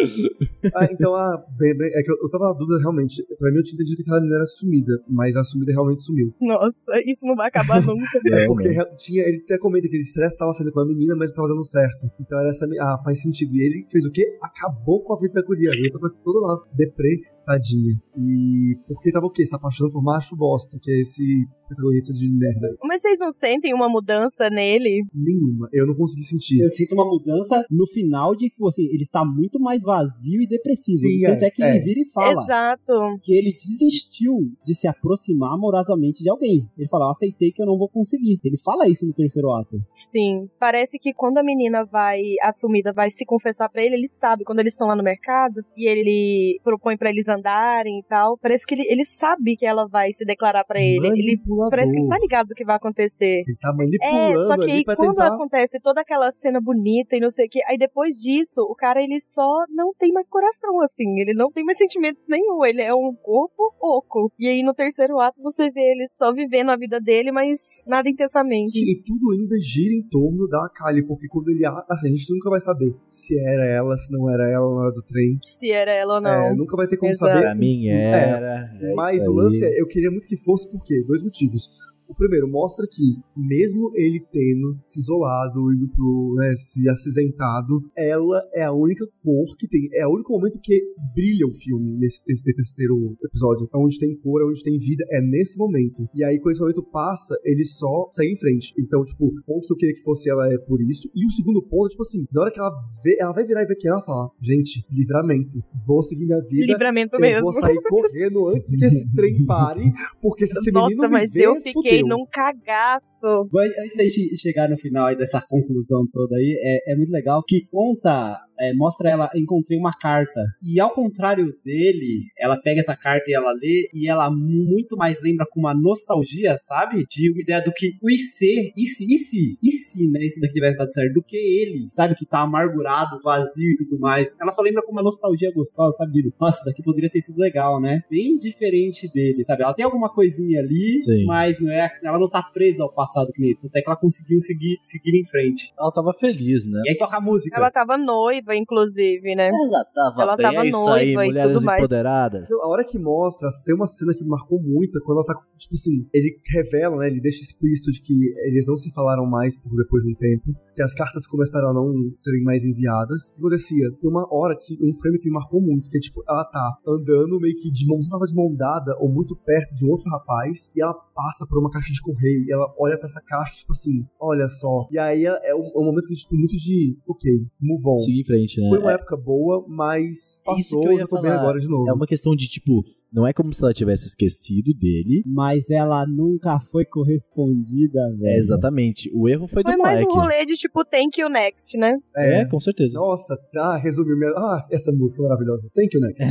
Ah, então a bem, bem, é que eu, eu tava na dúvida realmente. Pra mim eu tinha entendido que aquela menina era sumida, mas a sumida realmente sumiu. Nossa, isso não vai acabar nunca. É, É, porque né? rea- tinha, ele até comenta que ele estresse tava saindo com a menina, mas não tava dando certo. Então era essa. me- Ah, faz sentido. E ele fez o quê? Acabou com a vida da guria. Ele tava toda lá, deprê, tadinha. E porque tava o quê? Se apaixonando por macho bosta, que é esse protagonista de merda. Mas vocês não sentem uma mudança nele? Nenhuma. Eu não consegui sentir. Eu sinto uma mudança no final de que, assim, ele está muito mais vazio e depressivo. Sim, Tanto é, é, que ele é. vira e fala Exato. que ele desistiu de se aproximar amorosamente de alguém. Ele fala, eu aceitei que eu não vou conseguir. Ele fala isso no terceiro ato. Sim. Parece que quando a menina vai, assumida, vai se confessar pra ele, ele sabe, quando eles estão lá no mercado, e ele propõe pra eles andarem e tal, parece que ele, ele sabe que ela vai se declarar pra ele. Ele Manipulador. parece que ele tá ligado do que vai acontecer. Ele tá É, manipulando só que ali aí pra quando tentar. acontece toda aquela cena bonita e não sei o que, aí depois disso, o cara ele só não tem mais coração, assim, ele não tem mais sentimentos nenhum, ele é um corpo oco. E aí no terceiro ato você vê ele só vivendo a vida dele, mas nada intensamente. Sim, e tudo ainda gira em torno da Kylie, porque quando ele. Assim, a gente nunca vai saber se era ela, se não era ela na hora do trem. Se era ela ou não. É, nunca vai ter como Exato. saber. Pra mim era. é Mas isso o lance aí. é, eu queria muito que fosse por quê? Dois motivos. O primeiro, mostra que, mesmo ele tendo se isolado, indo pro, né, se acinzentado, ela é a única cor que tem. É o único momento que brilha o filme nesse, nesse terceiro episódio. É onde tem cor, é onde tem vida, é nesse momento. E aí, quando esse momento passa, ele só segue em frente. Então, tipo, o ponto que eu queria que fosse ela é por isso. E o segundo ponto, tipo assim, na hora que ela vê, ela vai virar e ver que ela fala, gente, livramento. Vou seguir minha vida. Livramento Eu mesmo. vou sair correndo antes que esse trem pare, porque se esse menino Nossa, me mas ver, eu fiquei fudeu. num cagaço. Bom, antes da gente chegar no final aí dessa conclusão toda aí, é, é muito legal que conta, é, mostra ela, encontrei uma carta. E ao contrário dele, ela pega essa carta e ela lê, e ela muito mais lembra com uma nostalgia, sabe? De uma ideia do que o I C, e se, e se, e se, né? Isso daqui tivesse dado certo, do que ele, sabe? Que tá amargurado, vazio e tudo mais. Ela só lembra com uma nostalgia gostosa, sabe? De, nossa, isso daqui poderia ter sido legal, né? Bem diferente dele, sabe? Ela tem alguma coisinha ali, Sim. mas não é, ela não tá presa ao passado que ele, até que ela conseguiu seguir, seguir em frente. Ela tava feliz, né? E aí toca a música. Ela tava noiva, inclusive, né? Ela tava Ela bem. tava É isso aí, noiva e mulheres tudo mais. empoderadas. A hora que mostra, tem uma cena que me marcou muito, é quando ela tá, tipo assim, ele revela, né, ele deixa explícito de que eles não se falaram mais por depois de um tempo, que as cartas começaram a não serem mais enviadas. O que acontecia? Tem uma hora que, um frame que me marcou muito, que é tipo, ela tá andando meio que de mão, ela tá de mão dada ou muito perto de um outro rapaz, e ela passa por uma caixa de correio, e ela olha pra essa caixa, tipo assim, olha só. E aí é um, é um momento que, tipo, muito de, ok, move on. Seguir em frente, né? Foi uma É- época boa, mas passou, que eu ia eu tô bem falar. agora de novo. É uma questão de, tipo, não é como se ela tivesse esquecido dele. Mas ela nunca foi correspondida, velho. É, exatamente. O erro foi, Foi do mais moleque. um rolê de tipo, thank you next, né? É, com certeza. Nossa, ah, resumiu minha... Ah, essa música maravilhosa. Thank you, next.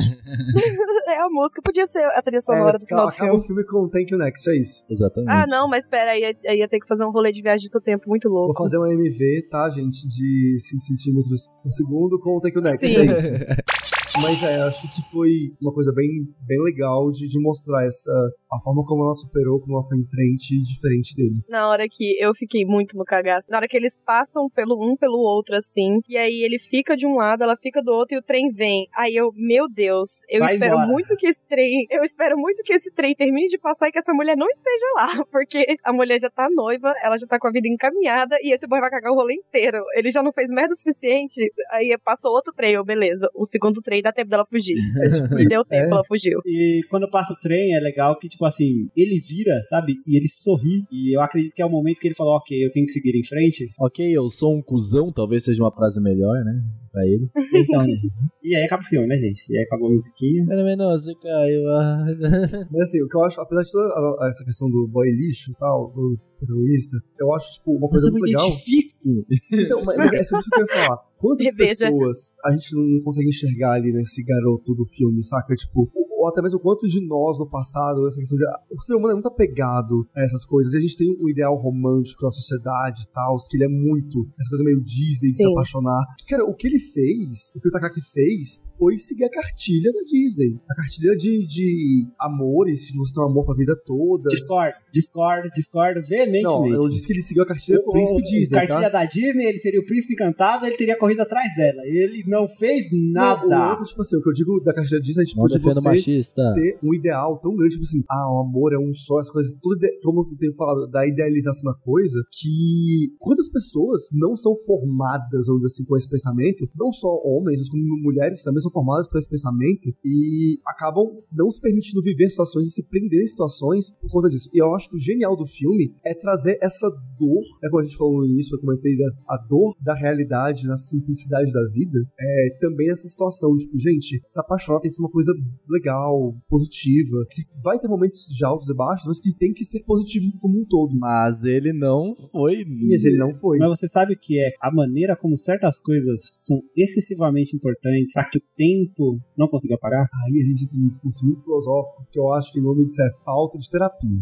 É a música, podia ser a trilha sonora É, do final do acaba filme. o filme com Thank you, next, é isso. Exatamente. Ah, não, mas pera, aí ia, ia ter que fazer um rolê de viagem do tempo muito Vou louco. fazer uma M V, tá, gente, de cinco centímetros por segundo com o Thank you, next, Sim. é isso. Mas é, acho que foi uma coisa bem, bem legal de, de mostrar essa, a forma como ela superou, como ela foi em frente, diferente dele. Na hora que eu fiquei muito no cagaço, na hora que eles passam pelo um pelo outro, assim, e aí ele fica de um lado, ela fica do outro e o trem vem. Aí eu, meu Deus, eu Vai espero embora. muito que esse trem, eu espero muito que esse trem termine de passar e que essa mulher não esteja lá, porque a mulher já tá noiva, ela já tá com a vida encaminhada e esse boy vai cagar o rolê inteiro. Ele já não fez merda o suficiente, aí passou outro trem, eu, beleza, o segundo trem dá tempo dela fugir. É tipo E deu isso, tempo, é. ela fugiu. E quando passa o trem, é legal que, tipo assim, ele vira, sabe? E ele sorri. E eu acredito que é o momento que ele falou, ok, eu tenho que seguir em frente. Ok, eu sou um cuzão, talvez seja uma frase melhor, né? Pra ele. Então, né? E aí acaba o filme, né, gente? E aí acabou a musiquinha. Não, você caiu. ah. Mas assim, o que eu acho, apesar de toda a- essa questão do boy lixo e tal, do terrorista, eu acho, tipo, uma Mas coisa eu me muito legal. identifico. Então, mas, mas é sobre isso que eu ia falar. Quantas Reveja. pessoas a gente não consegue enxergar ali nesse garoto do filme, saca? Tipo, ou até mesmo quantos de nós no passado, essa questão de. O ser humano é muito apegado a essas coisas. E a gente tem um ideal romântico da sociedade e tal, que ele é muito. Essa coisa meio Disney de se Sim. apaixonar. Que, cara, o que ele fez, o que o Takaki fez, foi seguir a cartilha da Disney. A cartilha de, de amores, de você ter um amor pra vida toda. Discordo, discordo, discordo veementemente. Não, eu disse que ele seguiu a cartilha do Príncipe O- Disney, cartilha tá? da Disney, ele seria o príncipe encantado, ele teria corrido atrás dela. Ele não fez nada. Não, o lance, tipo assim, o que eu digo da cartilha da Disney é tipo Não de defendo você machista. ter um ideal tão grande, tipo assim, ah, o amor é um só, as coisas, tudo, ide- como eu tenho falado, da idealização da coisa, que quantas pessoas não são formadas, vamos dizer assim, com esse pensamento, não só homens, mas como mulheres também são formadas com esse pensamento e acabam não se permitindo viver situações e se prender em situações por conta disso. E eu acho que o genial do filme é trazer essa dor, é como a gente falou no início, eu comentei, das- a dor da realidade, na simplicidade da vida, é também essa situação, tipo, gente, se apaixonar tem que ser uma coisa legal, positiva, que vai ter momentos de altos e baixos, mas que tem que ser positivo como um todo. Mas ele não foi. Mas ele não foi. Mas você sabe que é a maneira como certas coisas são excessivamente importantes para que o tempo não consiga apagar? Aí a gente entra num discurso muito filosófico, que eu acho que o nome disso é falta de terapia.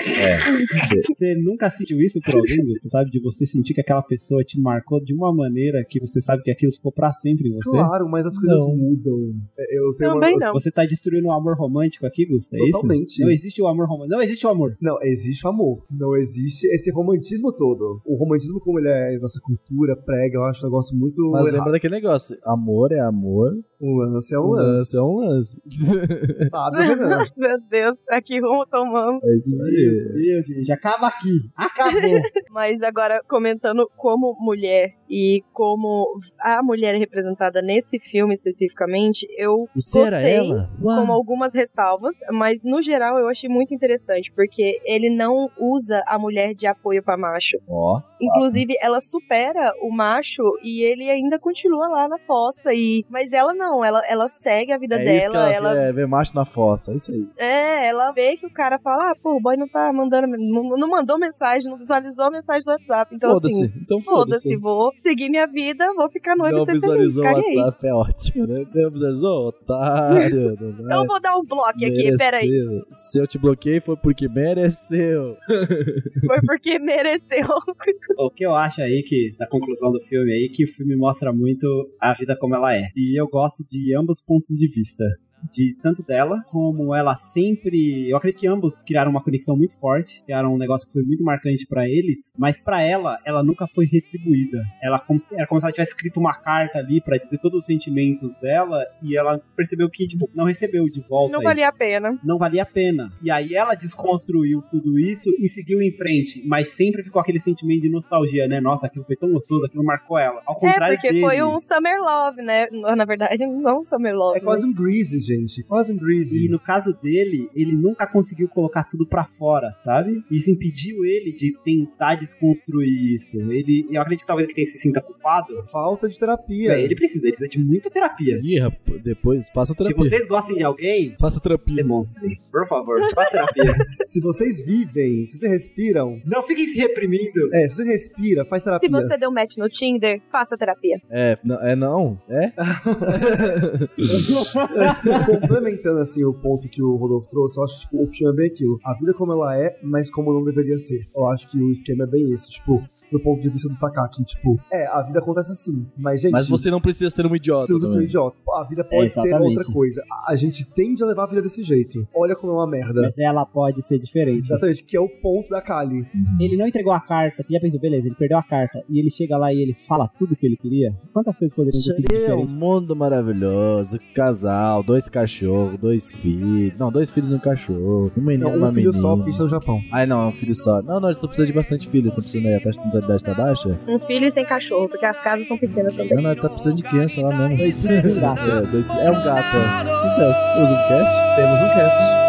Você nunca sentiu isso por alguém, você sabe? De você sentir que aquela pessoa te marcou de uma maneira que você sabe que aquilo ficou pra sempre em você? Claro, mas as coisas Não. mudam. É, Eu tenho Também uma... não. Você tá destruindo o amor romântico aqui, Gusta? É isso? Totalmente. Não existe o amor romântico. Não existe o amor. Não, existe o amor. Não existe esse romantismo todo. O romantismo, como ele é nossa cultura, prega, eu acho um negócio muito Mas errado. lembra daquele negócio: amor é amor, Um lance é um um lance. lance é um lance. Sabe, Renan? Meu Deus, aqui rumo tomando. É isso Meu aí. Deus, gente. Acaba aqui. Acabou. Mas agora, comentando como mulher e como a mulher é representada nesse filme especificamente, eu Você era gostei, ela? Uau. com algumas ressalvas, mas no geral eu achei muito interessante, porque ele não usa a mulher de apoio pra macho. Ó. Inclusive, ela supera o macho e ele ainda continua lá na fossa. E... Mas ela não, ela, ela segue a vida É dela. isso que ela, ela é, vê macho na fossa, é isso aí. É, ela vê que o cara fala, ah, pô, o boy não tá mandando, não, não mandou mensagem, não visualizou a mensagem do WhatsApp. Então, Foda-se, assim, então foda-se. foda-se, vou seguir minha vida, vou ficar noiva Não e ser feliz, visualizou o caguei. WhatsApp, é ótimo, né? Não visualizou, otário. Não vai Eu vou dar um bloco aqui, peraí. merecer. Se eu te bloqueei foi porque mereceu. Foi porque mereceu. O que eu acho aí que, da conclusão do filme aí, que o filme mostra muito a vida como ela é. E eu gosto de ambos pontos de vista. De tanto dela, como ela sempre... Eu acredito que ambos criaram uma conexão muito forte, criaram um negócio que foi muito marcante pra eles, mas pra ela, ela nunca foi retribuída. Ela como se, era como se ela tivesse escrito uma carta ali pra dizer todos os sentimentos dela, e ela percebeu que, tipo, não recebeu de volta Não valia a isso. pena. Não valia a pena. E aí ela desconstruiu tudo isso e seguiu em frente, mas sempre ficou aquele sentimento de nostalgia, né? Nossa, aquilo foi tão gostoso, aquilo marcou ela. Ao É, contrário porque dele. foi um summer love, né? Na verdade, não um summer love. É quase um Greasy, gente. Quase um Greasy. E no caso dele, ele nunca conseguiu colocar tudo pra fora, sabe? Isso impediu ele de tentar desconstruir isso. Ele, eu acredito que talvez ele tenha se sinta culpado. Falta de terapia. É, ele precisa, ele precisa de muita terapia. Ih, rapaz, depois, faça Se terapia. vocês gostam de alguém, Faça terapia. demonstrem. Por favor, faça terapia. Se vocês vivem, se vocês respiram... Não fiquem se reprimindo. É, se você respira, faz terapia. Se você deu match no Tinder, faça terapia. É, não, é não? É? Complementando assim o ponto que o Rodolfo trouxe, eu acho que tipo, o filme é bem aquilo. A vida como ela é, mas como não deveria ser. Eu acho que o esquema é bem esse. Tipo, do ponto de vista do Takaki. Tipo, é, a vida acontece assim, mas, gente... Mas você não precisa ser um idiota. Você precisa ser um também. idiota. A vida pode É, ser exatamente. outra coisa. A, a gente tende a levar a vida desse jeito. Olha como é uma merda. Mas ela pode ser diferente. Exatamente, que é o ponto da Kali. Ele não entregou a carta, você já pensou, beleza, ele perdeu a carta e ele chega lá e ele fala tudo que ele queria? Quantas coisas poderiam ter sido Seria um diferentes? mundo maravilhoso, casal, dois cachorros, dois filhos. Não, dois filhos e um cachorro. Um menino e Não, uma um filho menina. só, porque isso é o Japão. Ai, não, um filho só. Não, não, eles estão precisando de bastante filho. Estão precisando aí, a taxa de natalidade tá baixa. Um filho sem cachorro, porque as casas são pequenas também. Não, não, tá precisando de criança lá mesmo. Dois filhos e um gato. É, dois- é um gato, é. Sucesso. Temos um cast? Temos um cast.